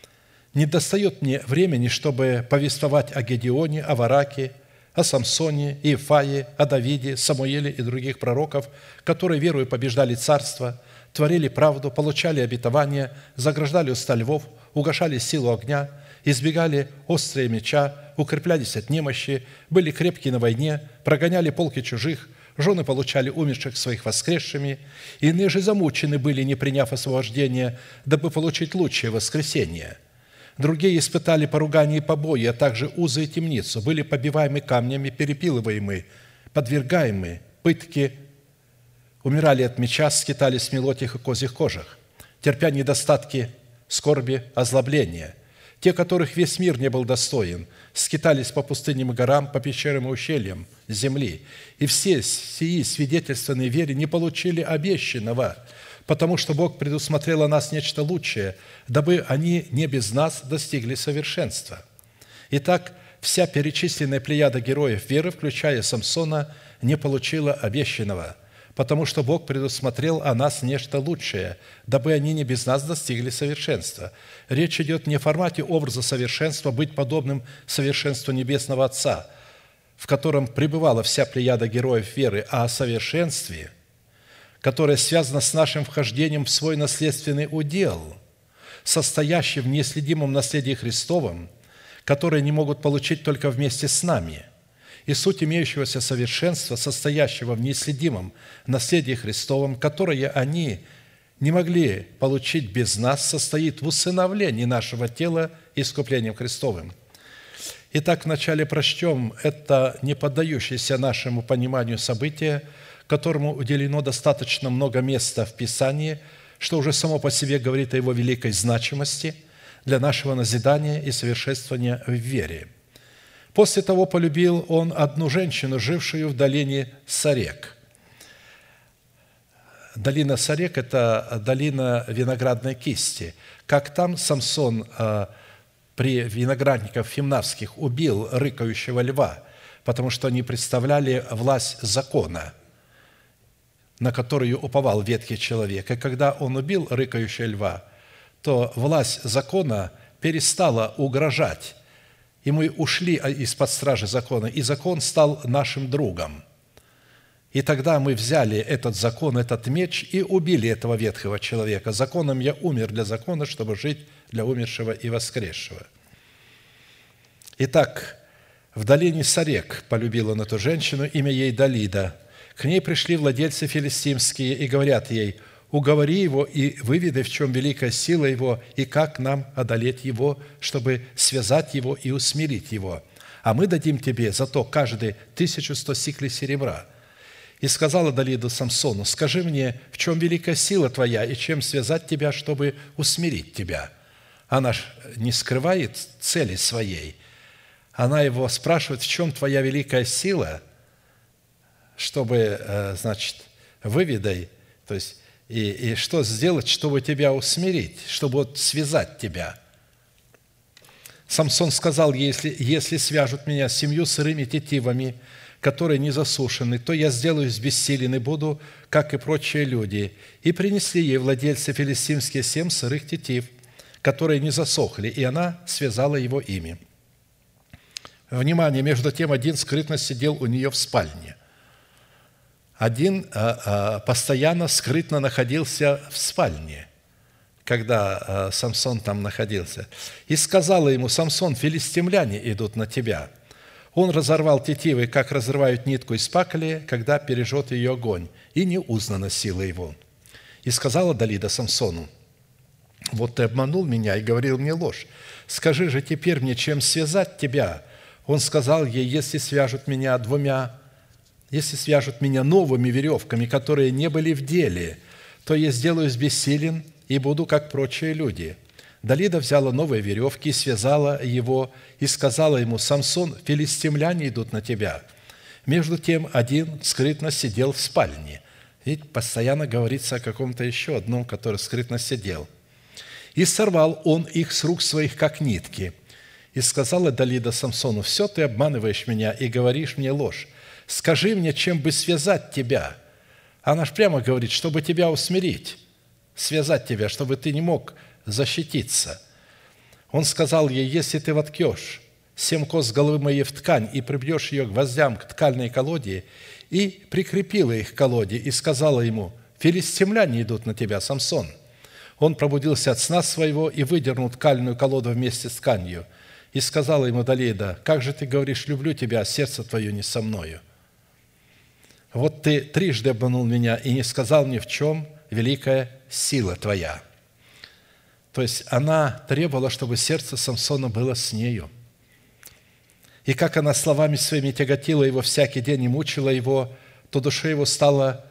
Не достает мне времени, чтобы повествовать о Гедеоне, о Вараке, о Самсоне, Иефае, о Давиде, Самуиле и других пророков, которые верою побеждали царство, творили правду, получали обетования, заграждали уста львов, угашали силу огня, избегали острые меча, укреплялись от немощи, были крепки на войне, прогоняли полки чужих, жены получали умерших своих воскресшими, иные же замучены были, не приняв освобождения, дабы получить лучшее воскресение. Другие испытали поругание и побои, а также узы и темницу, были побиваемы камнями, перепилываемы, подвергаемы пытке, умирали от меча, скитались в мелотях и козьих кожах, терпя недостатки, скорби, озлобления. Те, которых весь мир не был достоин, скитались по пустыням и горам, по пещерам и ущельям земли. И все сии свидетельственные вере не получили обещанного, потому что Бог предусмотрел о нас нечто лучшее, дабы они не без нас достигли совершенства. Итак, вся перечисленная плеяда героев веры, включая Самсона, не получила обещанного, потому что Бог предусмотрел о нас нечто лучшее, дабы они не без нас достигли совершенства. Речь идет не о формате образа совершенства быть подобным совершенству Небесного Отца, в котором пребывала вся плеяда героев веры, а о совершенстве, которое связано с нашим вхождением в свой наследственный удел, состоящий в неследимом наследии Христовом, которое не могут получить только вместе с нами. И суть имеющегося совершенства, состоящего в неследимом наследии Христовом, которое они не могли получить без нас, состоит в усыновлении нашего тела искуплением Христовым. Итак, вначале прочтем это не поддающееся нашему пониманию событие, которому уделено достаточно много места в Писании, что уже само по себе говорит о его великой значимости для нашего назидания и совершенствования в вере. После того полюбил он одну женщину, жившую в долине Сарек. Долина Сарек – это долина виноградной кисти. Как там Самсон при виноградниках фимнавских убил рыкающего льва, потому что они представляли власть закона, на которую уповал ветхий человек. И когда он убил рыкающего льва, то власть закона перестала угрожать, и мы ушли из-под стражи закона, и закон стал нашим другом. И тогда мы взяли этот закон, этот меч, и убили этого ветхого человека. Законом я умер для закона, чтобы жить для умершего и воскресшего. Итак, в долине Сарек полюбил он эту женщину, имя ей Далида. К ней пришли владельцы филистимские и говорят ей: «Уговори его и выведай, в чем великая сила его, и как нам одолеть его, чтобы связать его и усмирить его. А мы дадим тебе за то каждый тысячу сто сиклей серебра». И сказала Далида Самсону: «Скажи мне, в чем великая сила твоя, и чем связать тебя, чтобы усмирить тебя?» Она ж не скрывает цели своей. Она его спрашивает: «В чем твоя великая сила, чтобы, значит, выведай, то есть, и, и что сделать, чтобы тебя усмирить, чтобы вот связать тебя?» Самсон сказал: «Если, если свяжут меня с семью сырыми тетивами, которые не засушены, то я сделаюсь бессилен и буду, как и прочие люди». И принесли ей владельцы филистимские семь сырых тетив, которые не засохли, и она связала его ими. Внимание, между тем один скрытно сидел у нее в спальне. Один а, а, постоянно скрытно находился в спальне, когда а, Самсон там находился. И сказала ему: «Самсон, филистимляне идут на тебя». Он разорвал тетивы, как разрывают нитку из пакли, когда пережжет ее огонь, и не узнана сила его. И сказала Далида Самсону: Вот ты обманул меня и говорил мне ложь. Скажи же теперь мне, чем связать тебя? Он сказал ей, если свяжут меня двумя, если свяжут меня новыми веревками, которые не были в деле, то я сделаюсь бессилен и буду, как прочие люди». Далида взяла новые веревки и связала его, и сказала ему: «Самсон, филистимляне идут на тебя». Между тем один скрытно сидел в спальне. Ведь постоянно говорится о каком-то еще одном, который скрытно сидел. «И сорвал он их с рук своих, как нитки. И сказала Далида Самсону: все ты обманываешь меня и говоришь мне ложь. Скажи мне, чем бы связать тебя». Она ж прямо говорит, чтобы тебя усмирить, связать тебя, чтобы ты не мог защититься. Он сказал ей: если ты воткешь семь кос головы моей в ткань и прибьешь ее гвоздям к ткальной колоде, и прикрепила их к колоде, и сказала ему: филистимляне идут на тебя, Самсон. Он пробудился от сна своего и выдернул ткальную колоду вместе с тканью. И сказала ему Далида: как же ты говоришь: люблю тебя, а сердце твое не со мною? Вот ты трижды обманул меня и не сказал мне, в чем великая сила твоя. То есть она требовала, чтобы сердце Самсона было с нею. И как она словами своими тяготила его всякий день и мучила его, то душе его стало,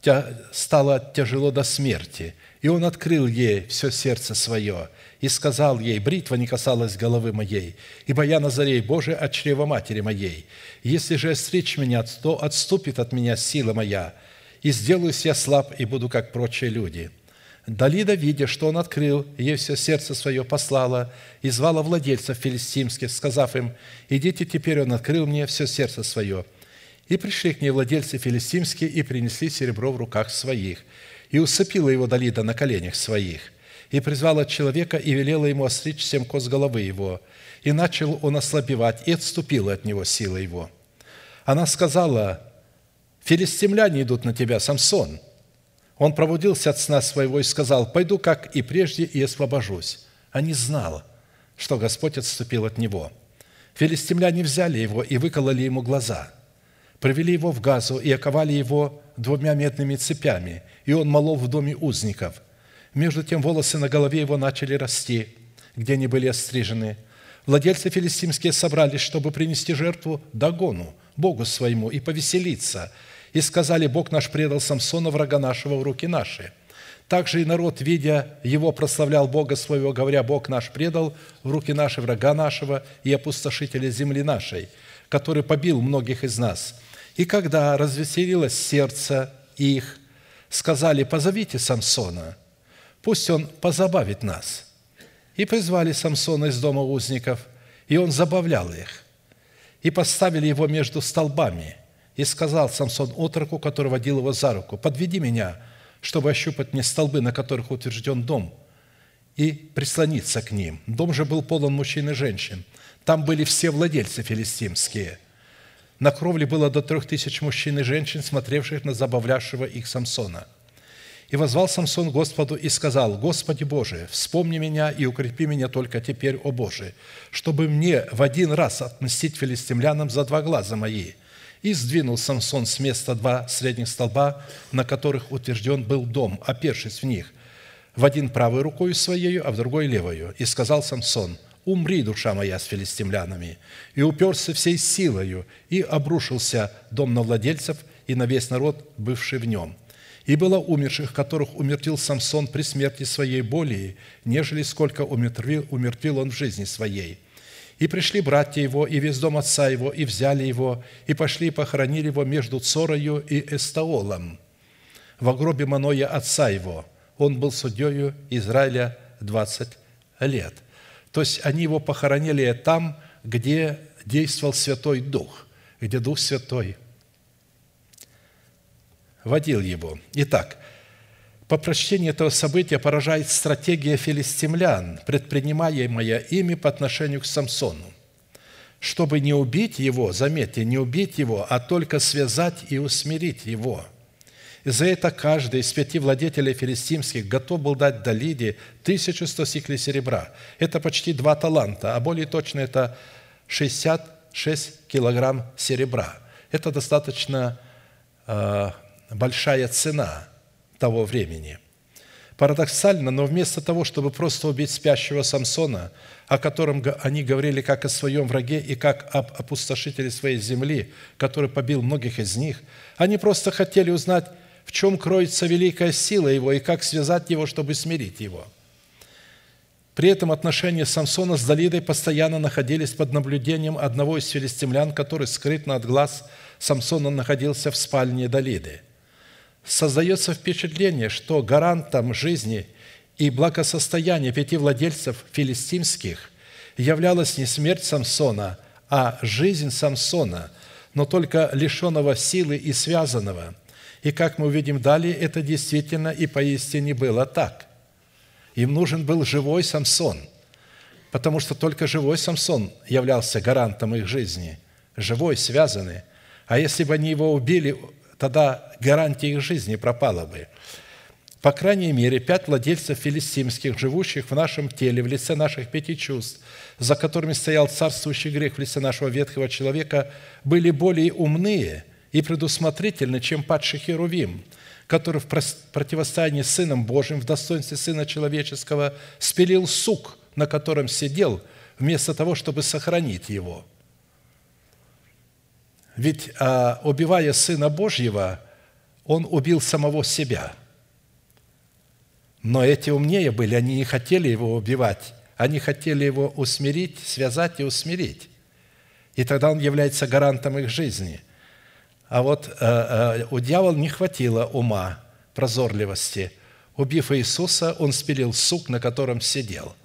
стало тяжело до смерти. И он открыл ей все сердце свое и сказал ей: бритва не касалась головы моей, ибо я Назарей Божий от чрева матери моей. Если же остричь меня, то отступит от меня сила моя, и сделаюсь я слаб, и буду, как прочие люди». Далида, видя, что он открыл, ей все сердце свое послала и звала владельцев филистимских, сказав им: «Идите, теперь он открыл мне все сердце свое». И пришли к ней владельцы филистимские и принесли серебро в руках своих. И усыпила его Далида на коленях своих. И призвала человека и велела ему остричь семь кос головы его. И начал он ослабевать, и отступила от него сила его. Она сказала: «Филистимляне идут на тебя, Самсон». Он пробудился от сна своего и сказал: «Пойду, как и прежде, и освобожусь». А не знала, что Господь отступил от него. Филистимляне взяли его и выкололи ему глаза, привели его в Газу и оковали его двумя медными цепями, и он молол в доме узников. Между тем волосы на голове его начали расти, где они были острижены. Владельцы филистимские собрались, чтобы принести жертву Дагону, богу своему, и повеселиться, и сказали: «Бог наш предал Самсона, врага нашего, в руки наши». Также и народ, видя его, прославлял Бога своего, говоря: «Бог наш предал в руки наши врага нашего и опустошителя земли нашей, который побил многих из нас». И когда развеселилось сердце их, сказали: «Позовите Самсона, пусть он позабавит нас». И призвали Самсона из дома узников, и он забавлял их. И поставили его между столбами. И сказал Самсон отроку, который водил его за руку: «Подведи меня, чтобы ощупать мне столбы, на которых утвержден дом, и прислониться к ним». Дом же был полон мужчин и женщин. Там были все владельцы филистимские. На кровле было до трех тысяч мужчин и женщин, смотревших на забавлявшего их Самсона. И воззвал Самсон Господу и сказал: «Господи Боже, вспомни меня и укрепи меня только теперь, о Боже, чтобы мне в один раз отмстить филистимлянам за два глаза мои». И сдвинул Самсон с места два средних столба, на которых утвержден был дом, опершись в них, в один правой рукою своей, а в другой левою. И сказал Самсон: «Умри, душа моя, с филистимлянами». И уперся всей силою, и обрушился дом на владельцев и на весь народ, бывший в нем. И было умерших, которых умертвил Самсон при смерти своей более, нежели сколько умертвил, умертвил он в жизни своей. И пришли братья его, и весь дом отца его, и взяли его, и пошли и похоронили его между Цорою и Эстаолом, в гробе Маноя отца его. Он был судьею Израиля двадцать лет. То есть они его похоронили там, где действовал Святой Дух, где Дух Святой водил его. Итак, по прочтении этого события поражает стратегия филистимлян, предпринимаемая ими по отношению к Самсону. Чтобы не убить его, заметьте, не убить его, а только связать и усмирить его. И за это каждый из пяти владетелей филистимских готов был дать Далиде тысячу сто сиклей серебра. Это почти два таланта, а более точно это шестьдесят шесть килограмм серебра. Это достаточно э, большая цена того времени. Парадоксально, но вместо того, чтобы просто убить спящего Самсона, о котором они говорили как о своем враге и как об опустошителе своей земли, который побил многих из них, они просто хотели узнать, в чем кроется великая сила его и как связать его, чтобы смирить его. При этом отношения Самсона с Далидой постоянно находились под наблюдением одного из филистимлян, который скрытно от глаз Самсона находился в спальне Далиды. Создается впечатление, что гарантом жизни и благосостояния пяти владельцев филистимских являлась не смерть Самсона, а жизнь Самсона, но только лишенного силы и связанного. И как мы увидим далее, это действительно и поистине было так. Им нужен был живой Самсон, потому что только живой Самсон являлся гарантом их жизни, живой, связанный. А если бы они его убили, тогда гарантия их жизни пропала бы. По крайней мере, пять владельцев филистимских, живущих в нашем теле, в лице наших пяти чувств, за которыми стоял царствующий грех в лице нашего ветхого человека, были более умные и предусмотрительны, чем падший Херувим, который в противостоянии с Сыном Божьим в достоинстве Сына Человеческого спилил сук, на котором сидел, вместо того, чтобы сохранить его. Ведь, убивая Сына Божьего, Он убил самого себя. Но эти умнее были, они не хотели Его убивать, они хотели Его усмирить, связать и усмирить. И тогда Он является гарантом их жизни. А вот э, э, у дьявола не хватило ума, прозорливости. Убив Иисуса, он спилил сук, на котором сидел.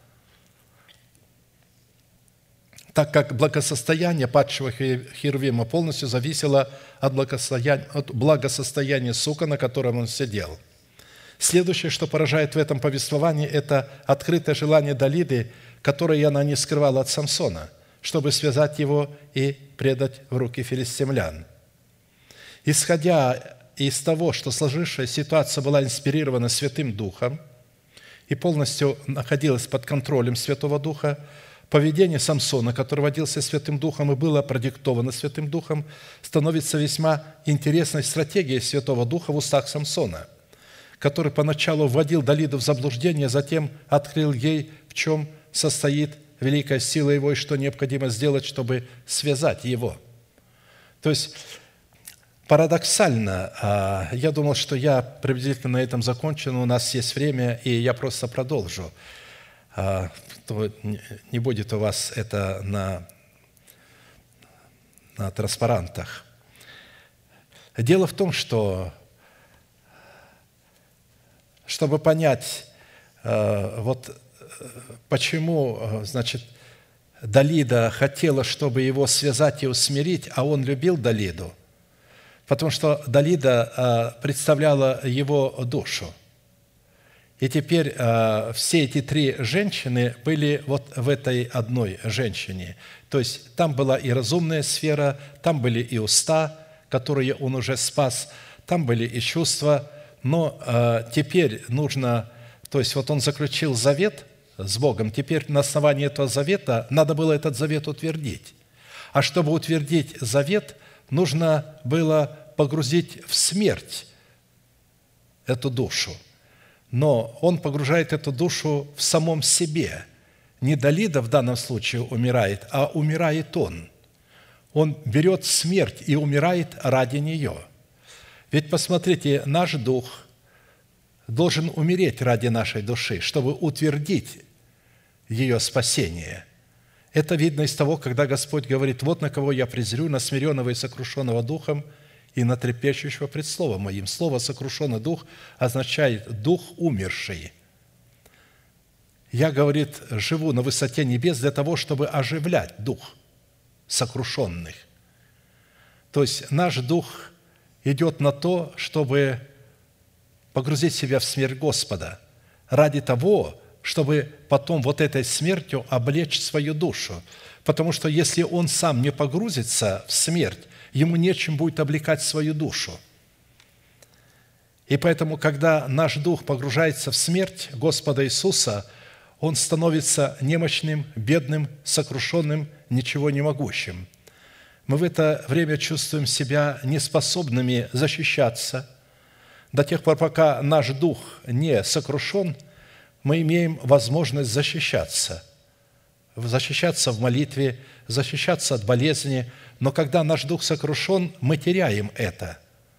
Так как благосостояние падшего Херувима полностью зависело от благосостояния, от благосостояния сука, на котором он сидел. Следующее, что поражает в этом повествовании, это открытое желание Далиды, которое она не скрывала от Самсона, чтобы связать его и предать в руки филистимлян. Исходя из того, что сложившаяся ситуация была инспирирована Святым Духом и полностью находилась под контролем Святого Духа, поведение Самсона, который водился Святым Духом и было продиктовано Святым Духом, становится весьма интересной стратегией Святого Духа в устах Самсона, который поначалу вводил Далиду в заблуждение, а затем открыл ей, в чем состоит великая сила его и что необходимо сделать, чтобы связать его. То есть, парадоксально, я думал, что я приблизительно на этом закончу, но у нас есть время, и я просто продолжу. То не будет у вас это на, на транспарантах. Дело в том, что, чтобы понять, вот почему, значит, Далида хотела, чтобы его связать и усмирить, а он любил Далиду, потому что Далида представляла его душу. И теперь все эти три женщины были вот в этой одной женщине. То есть там была и разумная сфера, там были и уста, которые он уже спас, там были и чувства. Но теперь нужно, то есть вот он заключил завет с Богом, теперь на основании этого завета надо было этот завет утвердить. А чтобы утвердить завет, нужно было погрузить в смерть эту душу. Но он погружает эту душу в самом себе. Не Далида в данном случае умирает, а умирает он. Он берет смерть и умирает ради нее. Ведь посмотрите, наш дух должен умереть ради нашей души, чтобы утвердить ее спасение. Это видно из того, когда Господь говорит: «Вот на кого я презрю, на смиренного и сокрушенного духом, и на трепещущего пред словом моим». Слово «сокрушенный дух» означает «дух умерший». Я, говорит, живу на высоте небес для того, чтобы оживлять дух сокрушенных. То есть наш дух идет на то, чтобы погрузить себя в смерть Господа, ради того, чтобы потом вот этой смертью облечь свою душу. Потому что если он сам не погрузится в смерть, ему нечем будет облекать свою душу. И поэтому, когда наш дух погружается в смерть Господа Иисуса, он становится немощным, бедным, сокрушенным, ничего не могущим. Мы в это время чувствуем себя неспособными защищаться, До тех пор, пока наш дух не сокрушен, мы имеем возможность защищаться. Защищаться в молитве, защищаться от болезни. Но когда наш дух сокрушен, мы теряем это.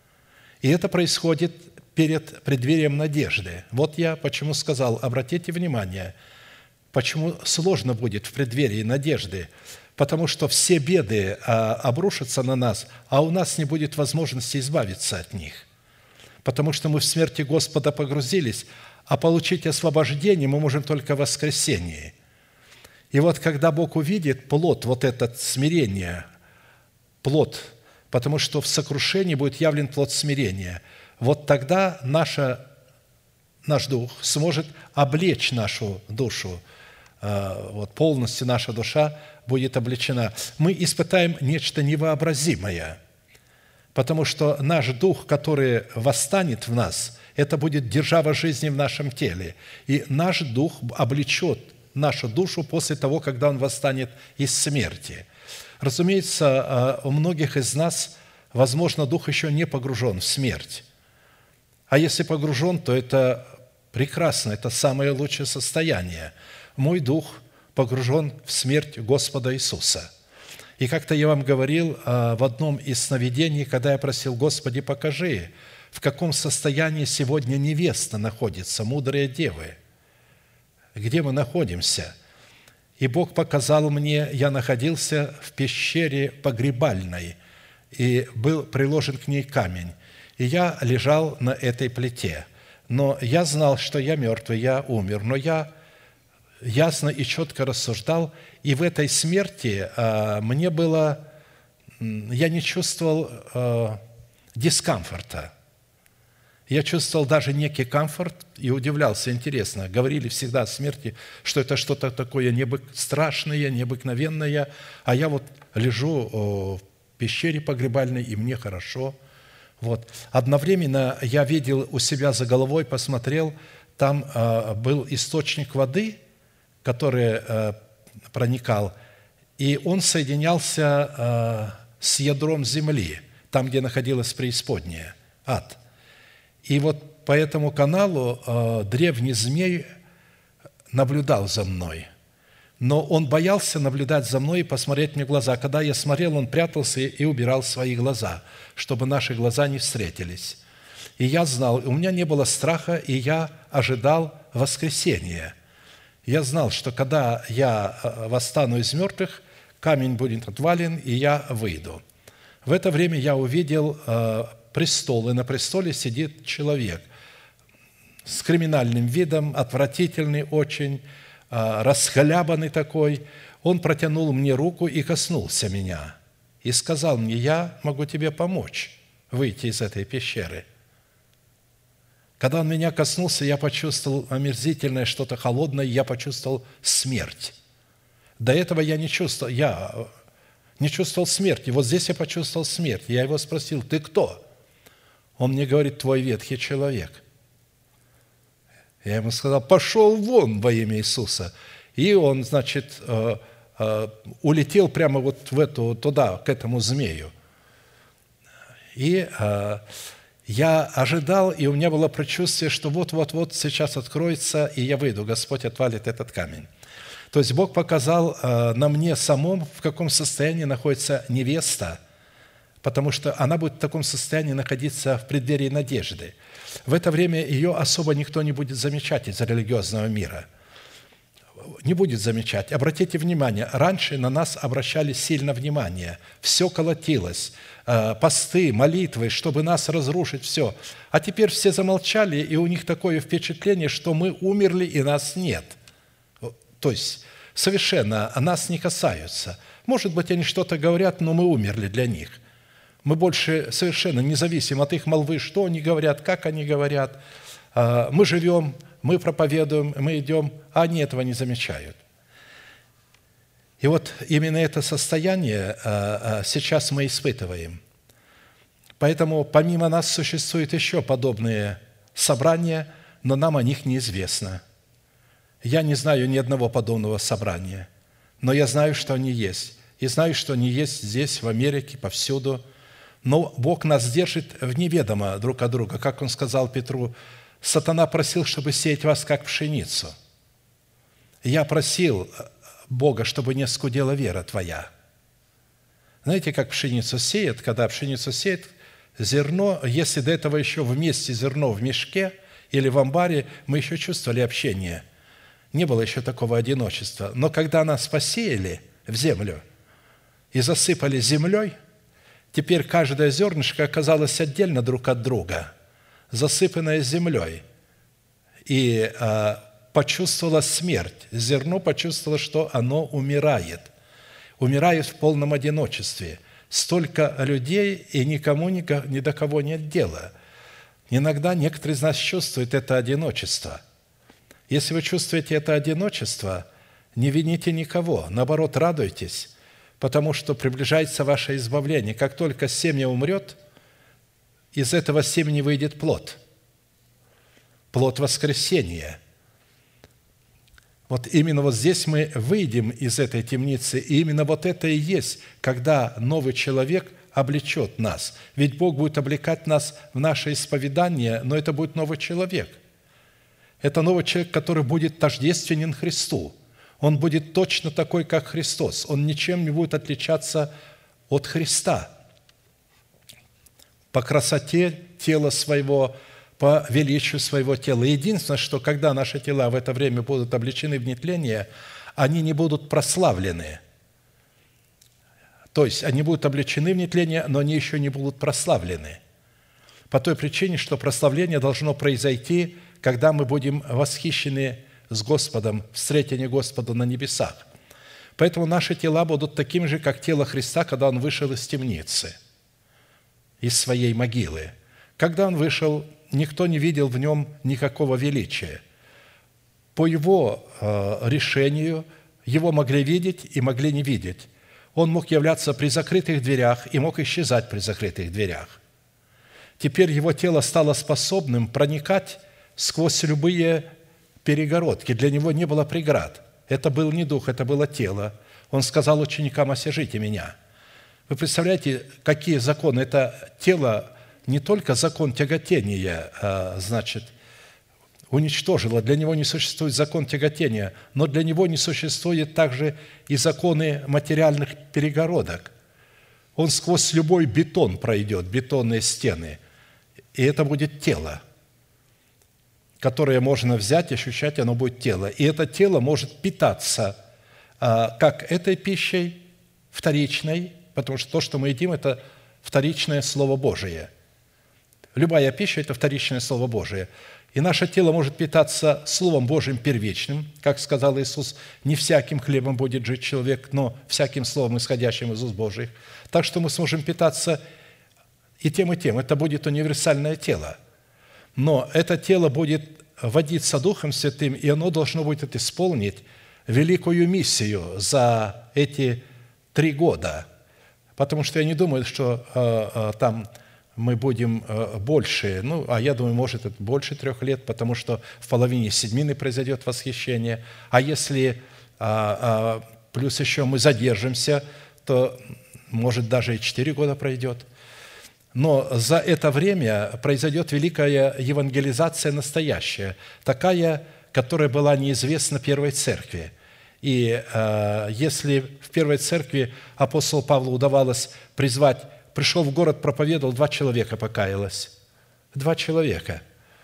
И это происходит перед преддверием надежды. Вот я почему сказал, обратите внимание, почему сложно будет в преддверии надежды. Потому что все беды а, обрушатся на нас, а у нас не будет возможности избавиться от них. Потому что мы в смерти Господа погрузились, а получить освобождение мы можем только в воскресении. И вот когда Бог увидит плод, вот этот смирение, плод, потому что в сокрушении будет явлен плод смирения, вот тогда наша, наш дух сможет облечь нашу душу, вот полностью наша душа будет облечена. Мы испытаем нечто невообразимое, потому что наш дух, который восстанет в нас, это будет держава жизни в нашем теле. И наш дух облечет нашу душу после того, когда он восстанет из смерти. Разумеется, у многих из нас, возможно, дух еще не погружен в смерть. А если погружен, то это прекрасно, это самое лучшее состояние. Мой дух погружен в смерть Господа Иисуса. И как-то я вам говорил в одном из сновидений, когда я просил: Господи, покажи, в каком состоянии сегодня невеста находится, мудрые девы, где мы находимся. И Бог показал мне, я находился в пещере погребальной, и был приложен к ней камень. И я лежал на этой плите. Но я знал, что я мертвый, я умер. Но я ясно и четко рассуждал, и в этой смерти а, мне было, я не чувствовал а, дискомфорта. Я чувствовал даже некий комфорт и удивлялся. Интересно, говорили всегда о смерти, что это что-то такое необык... страшное, необыкновенное, а я вот лежу в пещере погребальной, и мне хорошо. Вот. Одновременно я видел у себя за головой, посмотрел, там а, был источник воды, который а, проникал, и он соединялся а, с ядром земли, там, где находилась преисподняя, ад. И вот по этому каналу э, древний змей наблюдал за мной. Но он боялся наблюдать за мной и посмотреть мне в глаза. Когда я смотрел, он прятался и убирал свои глаза, чтобы наши глаза не встретились. И я знал, у меня не было страха, и я ожидал воскресения. Я знал, что когда я восстану из мертвых, камень будет отвален, и я выйду. В это время я увидел э, престол, и на престоле сидит человек с криминальным видом, отвратительный очень, расхлябанный такой. Он протянул мне руку и коснулся меня, и сказал мне: я могу тебе помочь выйти из этой пещеры. Когда он меня коснулся, я почувствовал омерзительное что-то холодное, я почувствовал смерть. До этого я не чувствовал, я не чувствовал смерти. Вот здесь я почувствовал смерть. Я его спросил: ты кто? Он мне говорит: твой ветхий человек. Я ему сказал: пошел вон во имя Иисуса. И он, значит, улетел прямо вот в эту, туда, к этому змею. И я ожидал, и у меня было предчувствие, что вот-вот-вот сейчас откроется, и я выйду, Господь отвалит этот камень. То есть Бог показал на мне самом, в каком состоянии находится невеста, потому что она будет в таком состоянии находиться в преддверии надежды. В это время ее особо никто не будет замечать из религиозного мира. Не будет замечать. Обратите внимание, раньше на нас обращали сильно внимание. Все колотилось. Посты, молитвы, чтобы нас разрушить, все. А теперь все замолчали, и у них такое впечатление, что мы умерли, и нас нет. То есть совершенно нас не касаются. Может быть, они что-то говорят, но мы умерли для них. Мы больше совершенно не зависим от их молвы, что они говорят, как они говорят. Мы живем, мы проповедуем, мы идем, а они этого не замечают. И вот именно это состояние сейчас мы испытываем. Поэтому помимо нас существуют еще подобные собрания, но нам о них неизвестно. Я не знаю ни одного подобного собрания, но я знаю, что они есть. И знаю, что они есть здесь, в Америке, повсюду. Но Бог нас держит в неведомо друг от друга. Как Он сказал Петру, «Сатана просил, чтобы сеять вас, как пшеницу. Я просил Бога, чтобы не оскудела вера твоя». Знаете, как пшеницу сеет? Когда пшеницу сеет, зерно, если до этого еще вместе зерно в мешке или в амбаре, мы еще чувствовали общение. Не было еще такого одиночества. Но когда нас посеяли в землю и засыпали землей, теперь каждое зернышко оказалось отдельно друг от друга, засыпанное землей, и а, почувствовало смерть. Зерно почувствовало, что оно умирает. Умирает в полном одиночестве. Столько людей, и никому ни, ни до кого нет дела. Иногда некоторые из нас чувствуют это одиночество. Если вы чувствуете это одиночество, не вините никого, наоборот, радуйтесь, потому что приближается ваше избавление. Как только семя умрет, из этого семени выйдет плод. Плод воскресения. Вот именно вот здесь мы выйдем из этой темницы, и именно вот это и есть, когда новый человек облечет нас. Ведь Бог будет облекать нас в наше исповедание, но это будет новый человек. Это новый человек, который будет тождественен Христу. Он будет точно такой, как Христос. Он ничем не будет отличаться от Христа. По красоте тела своего, по величию своего тела. Единственное, что когда наши тела в это время будут облечены в нетление, они не будут прославлены. То есть они будут облечены в нетление, но они еще не будут прославлены. По той причине, что прославление должно произойти, когда мы будем восхищены с Господом, встретение Господа на небесах. Поэтому наши тела будут такими же, как тело Христа, когда Он вышел из темницы, из своей могилы. Когда Он вышел, никто не видел в Нем никакого величия. По Его э, решению Его могли видеть и могли не видеть. Он мог являться при закрытых дверях и мог исчезать при закрытых дверях. Теперь Его тело стало способным проникать сквозь любые перегородки. Для Него не было преград. Это был не дух, это было тело. Он сказал ученикам: «Осяжите меня». Вы представляете, какие законы? Это тело не только закон тяготения, значит, уничтожило. Для него не существует закон тяготения, но для него не существует также и законы материальных перегородок. Он сквозь любой бетон пройдет, бетонные стены, и это будет тело, которое можно взять, ощущать, оно будет тело. И это тело может питаться как этой пищей вторичной, потому что то, что мы едим, это вторичное Слово Божие. Любая пища – это вторичное Слово Божие. И наше тело может питаться Словом Божьим первичным, как сказал Иисус: «Не всяким хлебом будет жить человек, но всяким словом, исходящим из уст Божьих». Так что мы сможем питаться и тем, и тем. Это будет универсальное тело. Но это тело будет водиться Духом Святым, и оно должно будет исполнить великую миссию за эти три года. Потому что я не думаю, что э, э, там мы будем э, больше, ну, а я думаю, может, это больше трех лет, потому что в половине седьмины произойдет восхищение. А если э, э, плюс еще мы задержимся, то, может, даже и четыре года пройдет. Но за это время произойдет великая евангелизация настоящая, такая, которая была неизвестна Первой Церкви. И э, если в Первой Церкви апостолу Павлу удавалось призвать, пришел в город, проповедовал, два человека покаялось. Два человека.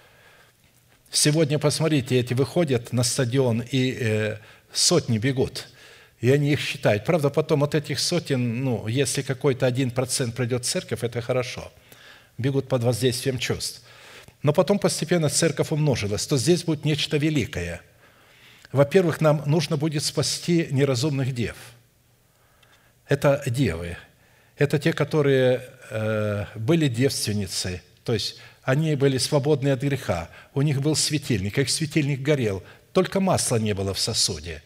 Сегодня, посмотрите, эти выходят на стадион, и э, сотни бегут. И они их считают. Правда, потом от этих сотен, ну, если какой-то один процент придет в церковь, это хорошо. Бегут под воздействием чувств. Но потом постепенно церковь умножилась. То здесь будет нечто великое. Во-первых, нам нужно будет спасти неразумных дев. Это девы. Это те, которые э, были девственницы. То есть они были свободны от греха. У них был светильник, их светильник горел. Только масла не было в сосуде.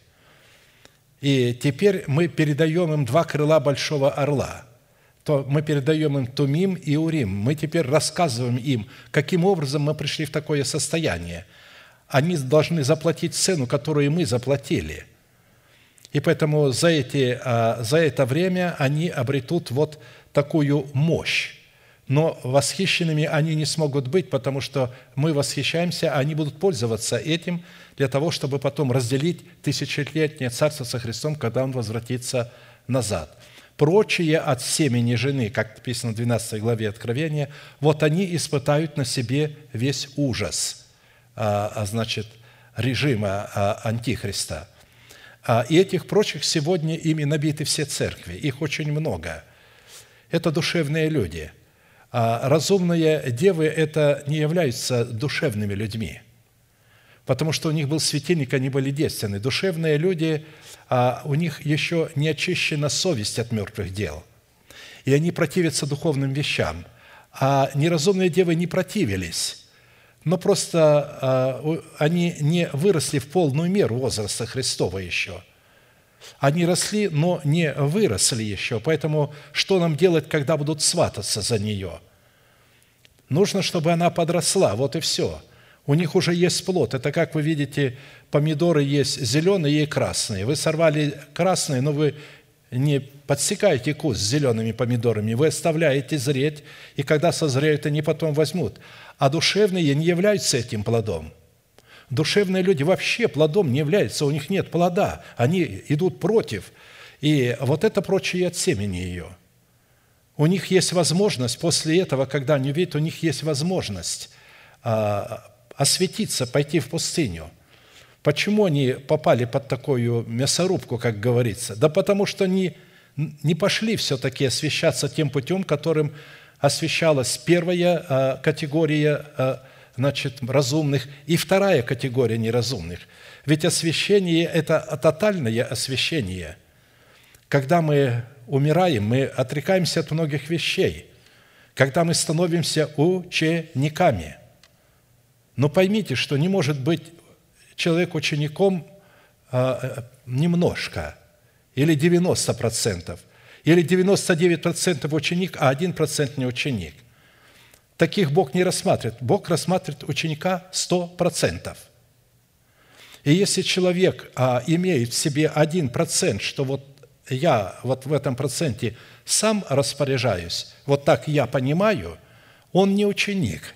И теперь мы передаем им два крыла большого орла. То мы передаем им Тумим и Урим. Мы теперь рассказываем им, каким образом мы пришли в такое состояние. Они должны заплатить цену, которую мы заплатили. И поэтому за, эти, за это время они обретут вот такую мощь. Но восхищенными они не смогут быть, потому что мы восхищаемся, а они будут пользоваться этим для того, чтобы потом разделить тысячелетнее царство со Христом, когда Он возвратится назад. Прочие от семени жены, как написано в двенадцатой главе Откровения, вот они испытают на себе весь ужас, а, а, значит, режима а, Антихриста. А, и этих прочих сегодня ими набиты все церкви, их очень много. Это душевные люди. А разумные девы – это не являются душевными людьми, потому что у них был светильник, они были девственны. Душевные люди, а у них еще не очищена совесть от мертвых дел, и они противятся духовным вещам. А неразумные девы не противились, но просто а, они не выросли в полную меру возраста Христова еще. Они росли, но не выросли еще. Поэтому что нам делать, когда будут свататься за нее? Нужно, чтобы она подросла, вот и все. У них уже есть плод. Это, как вы видите, помидоры есть зеленые и красные. Вы сорвали красные, но вы не подсекаете куст с зелеными помидорами, вы оставляете зреть, и когда созреют, они потом возьмут. А душевные не являются этим плодом. Душевные люди вообще плодом не являются, у них нет плода, они идут против. И вот это прочее от семени ее. У них есть возможность после этого, когда они увидят, у них есть возможность а, осветиться, пойти в пустыню. Почему они попали под такую мясорубку, как говорится? Да потому что они не пошли все-таки освящаться тем путем, которым освящалась первая а, категория а, значит, разумных, и вторая категория неразумных. Ведь освящение – это тотальное освящение. Когда мы умираем, мы отрекаемся от многих вещей, когда мы становимся учениками. Но поймите, что не может быть человек учеником а, немножко, или девяносто процентов, или девяносто девять процентов ученик, а один процент не ученик. Таких Бог не рассматривает. Бог рассматривает ученика сто процентов. И если человек а, имеет в себе один процент, что вот я вот в этом проценте сам распоряжаюсь, вот так я понимаю, он не ученик.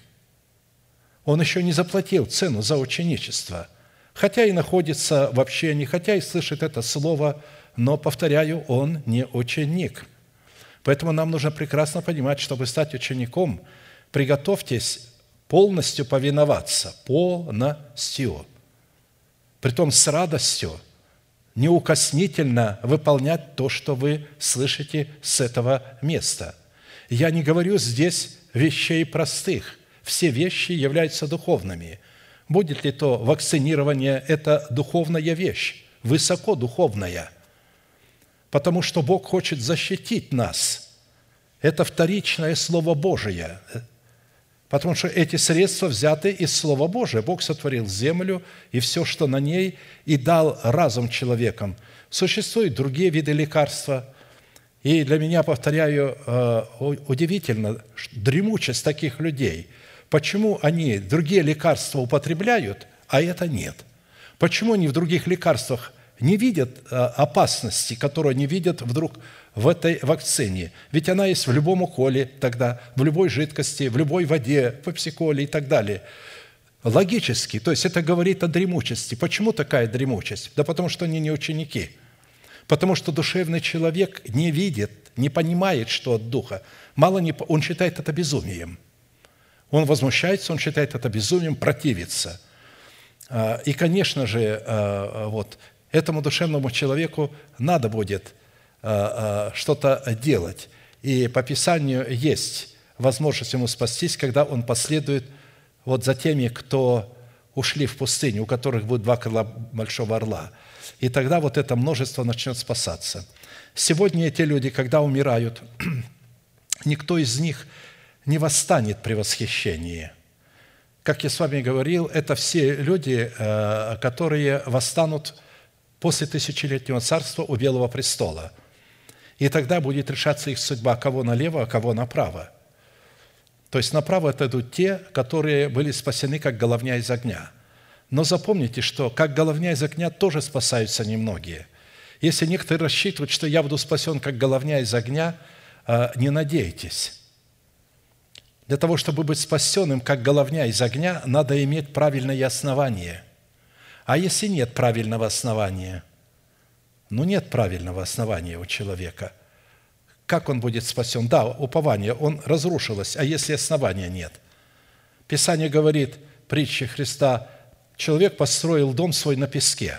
Он еще не заплатил цену за ученичество, хотя и находится в общении, хотя и слышит это слово, но, повторяю, он не ученик. Поэтому нам нужно прекрасно понимать, чтобы стать учеником, приготовьтесь полностью повиноваться, полностью, притом с радостью, неукоснительно выполнять то, что вы слышите с этого места. Я не говорю здесь вещей простых. Все вещи являются духовными. Будет ли то вакцинирование, это духовная вещь, высоко духовная, потому что Бог хочет защитить нас. Это вторичное Слово Божие, потому что эти средства взяты из Слова Божия. Бог сотворил землю и все, что на ней, и дал разум человекам. Существуют другие виды лекарства. И для меня, повторяю, удивительно дремучесть таких людей. Почему они другие лекарства употребляют, а это нет? Почему они в других лекарствах не видят опасности, которую они видят вдруг в этой вакцине? Ведь она есть в любом уколе тогда, в любой жидкости, в любой воде, в пепсиколе и так далее. Логически, то есть это говорит о дремучести. Почему такая дремучесть? Да потому что они не ученики. Потому что душевный человек не видит, не понимает, что от Духа. Мало не, он считает это безумием. Он возмущается, он считает это безумием, противится. И, конечно же, вот, этому душевному человеку надо будет что-то делать. И по Писанию есть возможность ему спастись, когда он последует вот за теми, кто ушли в пустыню, у которых будет два крыла большого орла. И тогда вот это множество начнет спасаться. Сегодня эти люди, когда умирают, никто из них не восстанет при восхищении. Как я с вами говорил, это все люди, которые восстанут после тысячелетнего царства у Белого престола. И тогда будет решаться их судьба, кого налево, а кого направо. То есть направо это идут те, которые были спасены, как головня из огня. Но запомните, что как головня из огня тоже спасаются немногие. Если некоторые рассчитывают, что я буду спасен, как головня из огня, не надейтесь. Для того, чтобы быть спасенным, как головня из огня, надо иметь правильное основание. А если нет правильного основания? Ну, нет правильного основания у человека. Как он будет спасен? Да, упование, он разрушилось, а если основания нет? Писание говорит, притча Христа, человек построил дом свой на песке.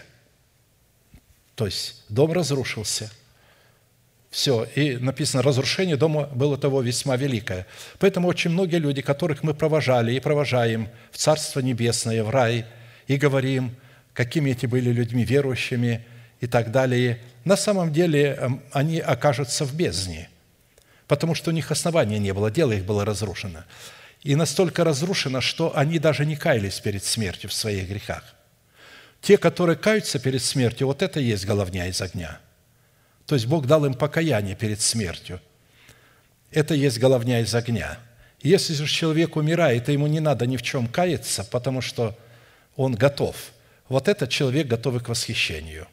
То есть дом разрушился. Все, и написано, разрушение дома было того весьма великое. Поэтому очень многие люди, которых мы провожали и провожаем в Царство Небесное, в рай, и говорим, какими эти были людьми верующими и так далее, на самом деле они окажутся в бездне, потому что у них основания не было, дело их было разрушено. И настолько разрушено, что они даже не каялись перед смертью в своих грехах. Те, которые каются перед смертью, вот это и есть головня из огня. То есть Бог дал им покаяние перед смертью. Это и есть головня из огня. Если же человек умирает, то ему не надо ни в чем каяться, потому что он готов. Вот этот человек готов к восхищению.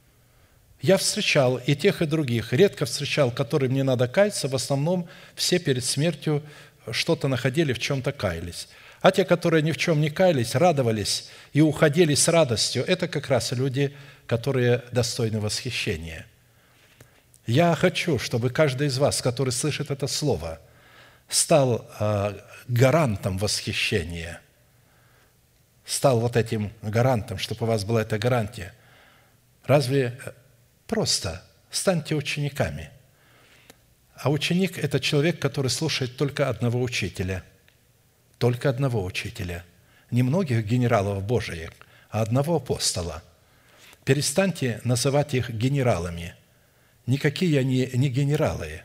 Я встречал и тех, и других, редко встречал, которым не надо каяться, в основном все перед смертью что-то находили, в чем-то каялись. А те, которые ни в чем не каялись, радовались и уходили с радостью, это как раз люди, которые достойны восхищения. Я хочу, чтобы каждый из вас, который слышит это слово, стал гарантом восхищения, стал вот этим гарантом, чтобы у вас была эта гарантия. Разве просто станьте учениками? А ученик – это человек, который слушает только одного учителя. Только одного учителя. Не многих генералов Божиих, а одного апостола. Перестаньте называть их генералами. Никакие они не генералы.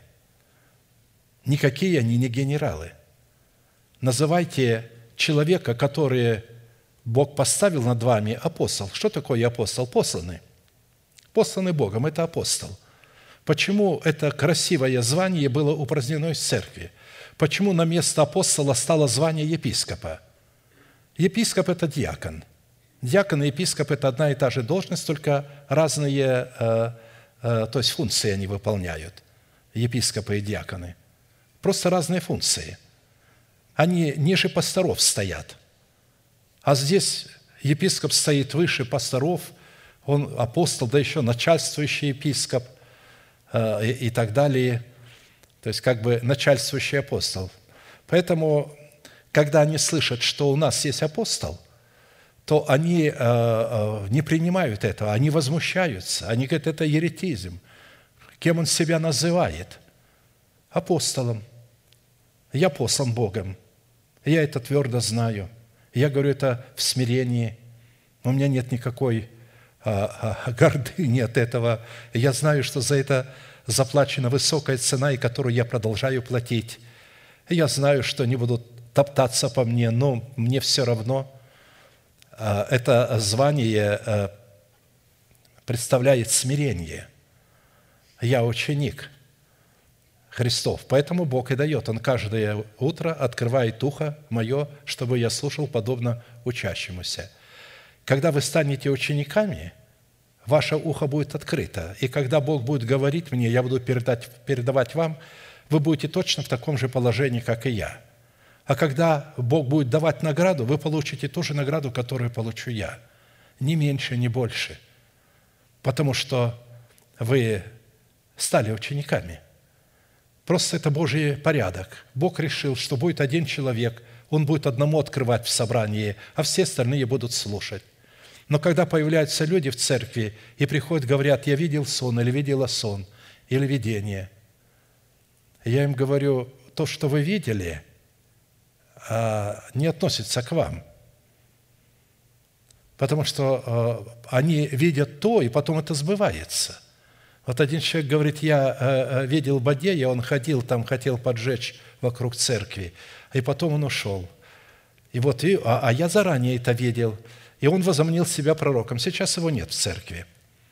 Никакие они не генералы. Называйте человека, который Бог поставил над вами, апостол. Что такое апостол? Посланный. Посланный Богом – это апостол. Почему это красивое звание было упразднено из церкви? Почему на место апостола стало звание епископа? Епископ – это диакон. Диакон и епископ – это одна и та же должность, только разные, э, э, то есть функции они выполняют, епископы и диаконы. Просто разные функции. Они ниже пасторов стоят. А здесь епископ стоит выше пасторов, он апостол, да еще начальствующий епископ э, и, и так далее. То есть как бы начальствующий апостол. Поэтому, когда они слышат, что у нас есть апостол, то они э, э, не принимают этого, они возмущаются, они говорят, это еретизм. Кем он себя называет? Апостолом. Я послан Богом. Я это твердо знаю. Я говорю это в смирении. У меня нет никакой а, а, гордыни от этого. Я знаю, что за это заплачена высокая цена, и которую я продолжаю платить. Я знаю, что они будут топтаться по мне, но мне все равно. Это звание представляет смирение. Я ученик Христов. Поэтому Бог и дает. Он каждое утро открывает ухо мое, чтобы я слушал подобно учащемуся. Когда вы станете учениками, ваше ухо будет открыто. И когда Бог будет говорить мне, я буду передать, передавать вам, вы будете точно в таком же положении, как и я. А когда Бог будет давать награду, вы получите ту же награду, которую получу я. Ни меньше, ни больше. Потому что вы стали учениками. Просто это Божий порядок. Бог решил, что будет один человек, он будет одному открывать в собрании, а все остальные будут слушать. Но когда появляются люди в церкви и приходят, говорят, я видел сон, или видела сон, или видение, я им говорю, то, что вы видели, не относится к вам. Потому что они видят то, и потом это сбывается. Вот один человек говорит, я видел Бадея, он ходил там, хотел поджечь вокруг церкви, и потом он ушел. И вот, и, а, а я заранее это видел, и он возомнил себя пророком. Сейчас его нет в церкви.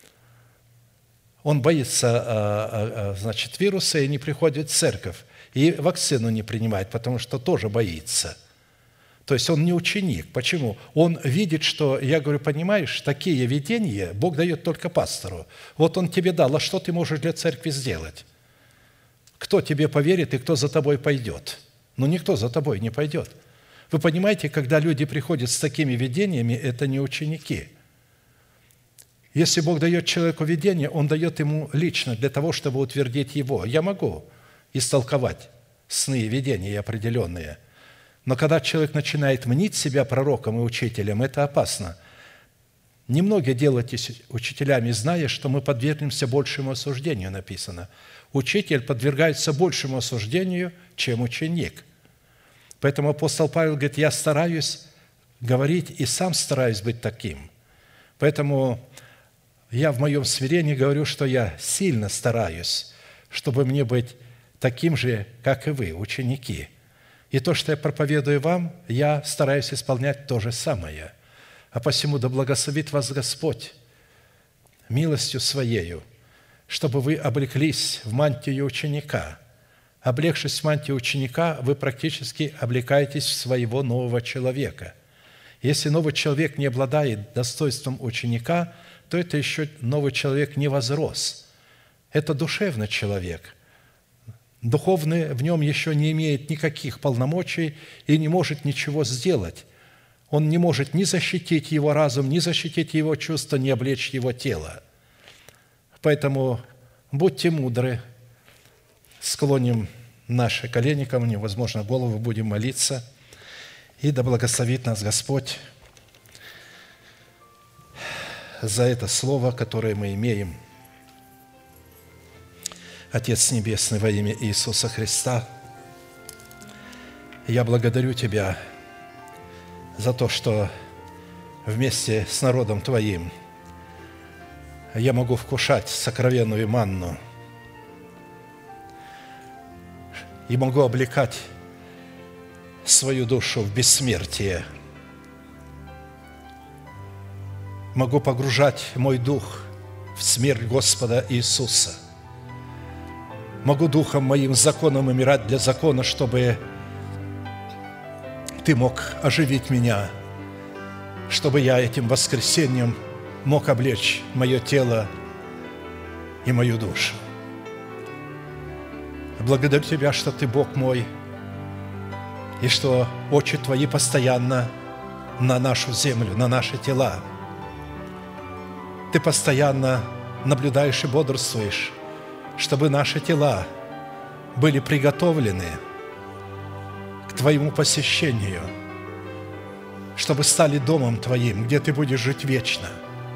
Он боится, значит, вируса и не приходит в церковь. И вакцину не принимает, потому что тоже боится. То есть он не ученик. Почему? Он видит, что, я говорю, понимаешь, такие видения Бог дает только пастору. Вот он тебе дал, а что ты можешь для церкви сделать? Кто тебе поверит и кто за тобой пойдет? но никто за тобой не пойдет. Вы понимаете, когда люди приходят с такими видениями, это не ученики. Если Бог дает человеку видение, Он дает ему лично для того, чтобы утвердить его. Я могу истолковать сны и видения определенные, но когда человек начинает мнить себя пророком и учителем, это опасно. Немногие делайтесь учителями, зная, что мы подвергнемся большему осуждению, написано. Учитель подвергается большему осуждению, чем ученик. Поэтому апостол Павел говорит, я стараюсь говорить и сам стараюсь быть таким. Поэтому я в моем смирении говорю, что я сильно стараюсь, чтобы мне быть таким же, как и вы, ученики. И то, что я проповедую вам, я стараюсь исполнять то же самое. А посему да благословит вас Господь милостью Своею, чтобы вы облеклись в мантию ученика. Облегшись в мантию ученика, вы практически облекаетесь в своего нового человека. Если новый человек не обладает достоинством ученика, то это еще новый человек не возрос. Это душевный человек. Духовный в нем еще не имеет никаких полномочий и не может ничего сделать. Он не может ни защитить его разум, ни защитить его чувства, ни облечь его тело. Поэтому будьте мудры, склоним наши колени ко мне, возможно, голову, будем молиться, и да благословит нас Господь за это слово, которое мы имеем. Отец Небесный, во имя Иисуса Христа, я благодарю Тебя за то, что вместе с народом Твоим я могу вкушать сокровенную манну и могу облекать свою душу в бессмертие. Могу погружать мой дух в смерть Господа Иисуса. Могу духом моим законом умирать для закона, чтобы Ты мог оживить меня, чтобы я этим воскресением мог облечь мое тело и мою душу. Благодарю Тебя, что Ты Бог мой, и что очи Твои постоянно на нашу землю, на наши тела. Ты постоянно наблюдаешь и бодрствуешь, чтобы наши тела были приготовлены к Твоему посещению, чтобы стали домом Твоим, где Ты будешь жить вечно,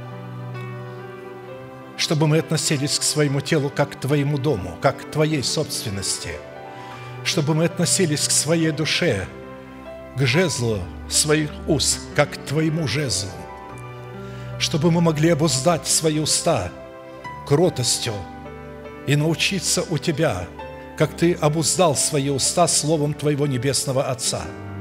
чтобы мы относились к своему телу как к Твоему дому, как к Твоей собственности, чтобы мы относились к своей душе, к жезлу своих уст, как к Твоему жезлу, чтобы мы могли обуздать свои уста кротостью и научиться у Тебя, как Ты обуздал свои уста словом Твоего Небесного Отца.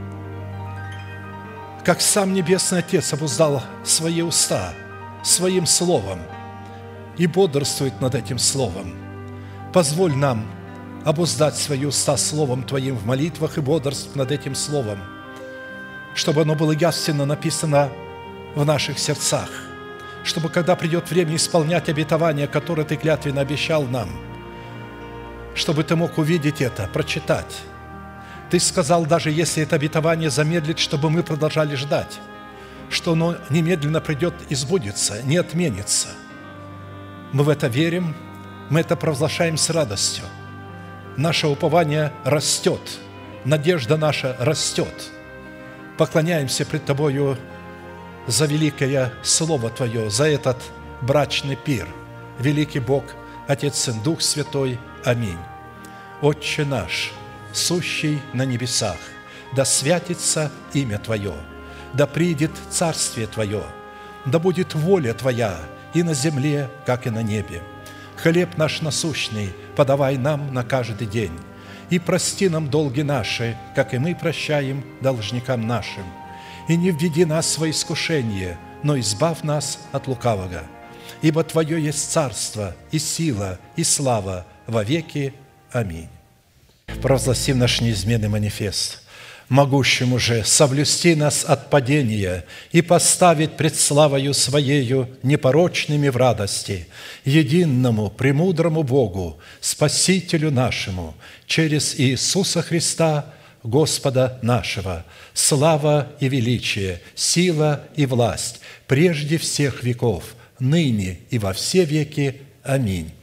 Как сам Небесный Отец обуздал свои уста своим словом и бодрствует над этим словом. Позволь нам обуздать свои уста словом Твоим в молитвах и бодрствовать над этим словом, чтобы оно было явственно написано в наших сердцах, чтобы, когда придет время исполнять обетование, которое Ты клятвенно обещал нам, чтобы Ты мог увидеть это, прочитать. Ты сказал, даже если это обетование замедлит, чтобы мы продолжали ждать, что оно немедленно придет и сбудется, не отменится. Мы в это верим, мы это провозглашаем с радостью. Наше упование растет, надежда наша растет. Поклоняемся пред Тобою за великое Слово Твое, за этот брачный пир. Великий Бог, Отец, Сын, Дух Святой. Аминь. Отче наш, сущий на небесах, да святится имя Твое, да придет царствие Твое, да будет воля Твоя и на земле, как и на небе. Хлеб наш насущный подавай нам на каждый день, и прости нам долги наши, как и мы прощаем должникам нашим. И не введи нас во искушение, но избавь нас от лукавого. Ибо Твое есть царство, и сила, и слава во веки. Аминь. Провозгласим наш неизменный манифест. Могущему же соблюсти нас от падения и поставить пред славою Своею непорочными в радости, единому, премудрому Богу, Спасителю нашему, через Иисуса Христа, Господа нашего, слава и величие, сила и власть, прежде всех веков, ныне и во все веки. Аминь.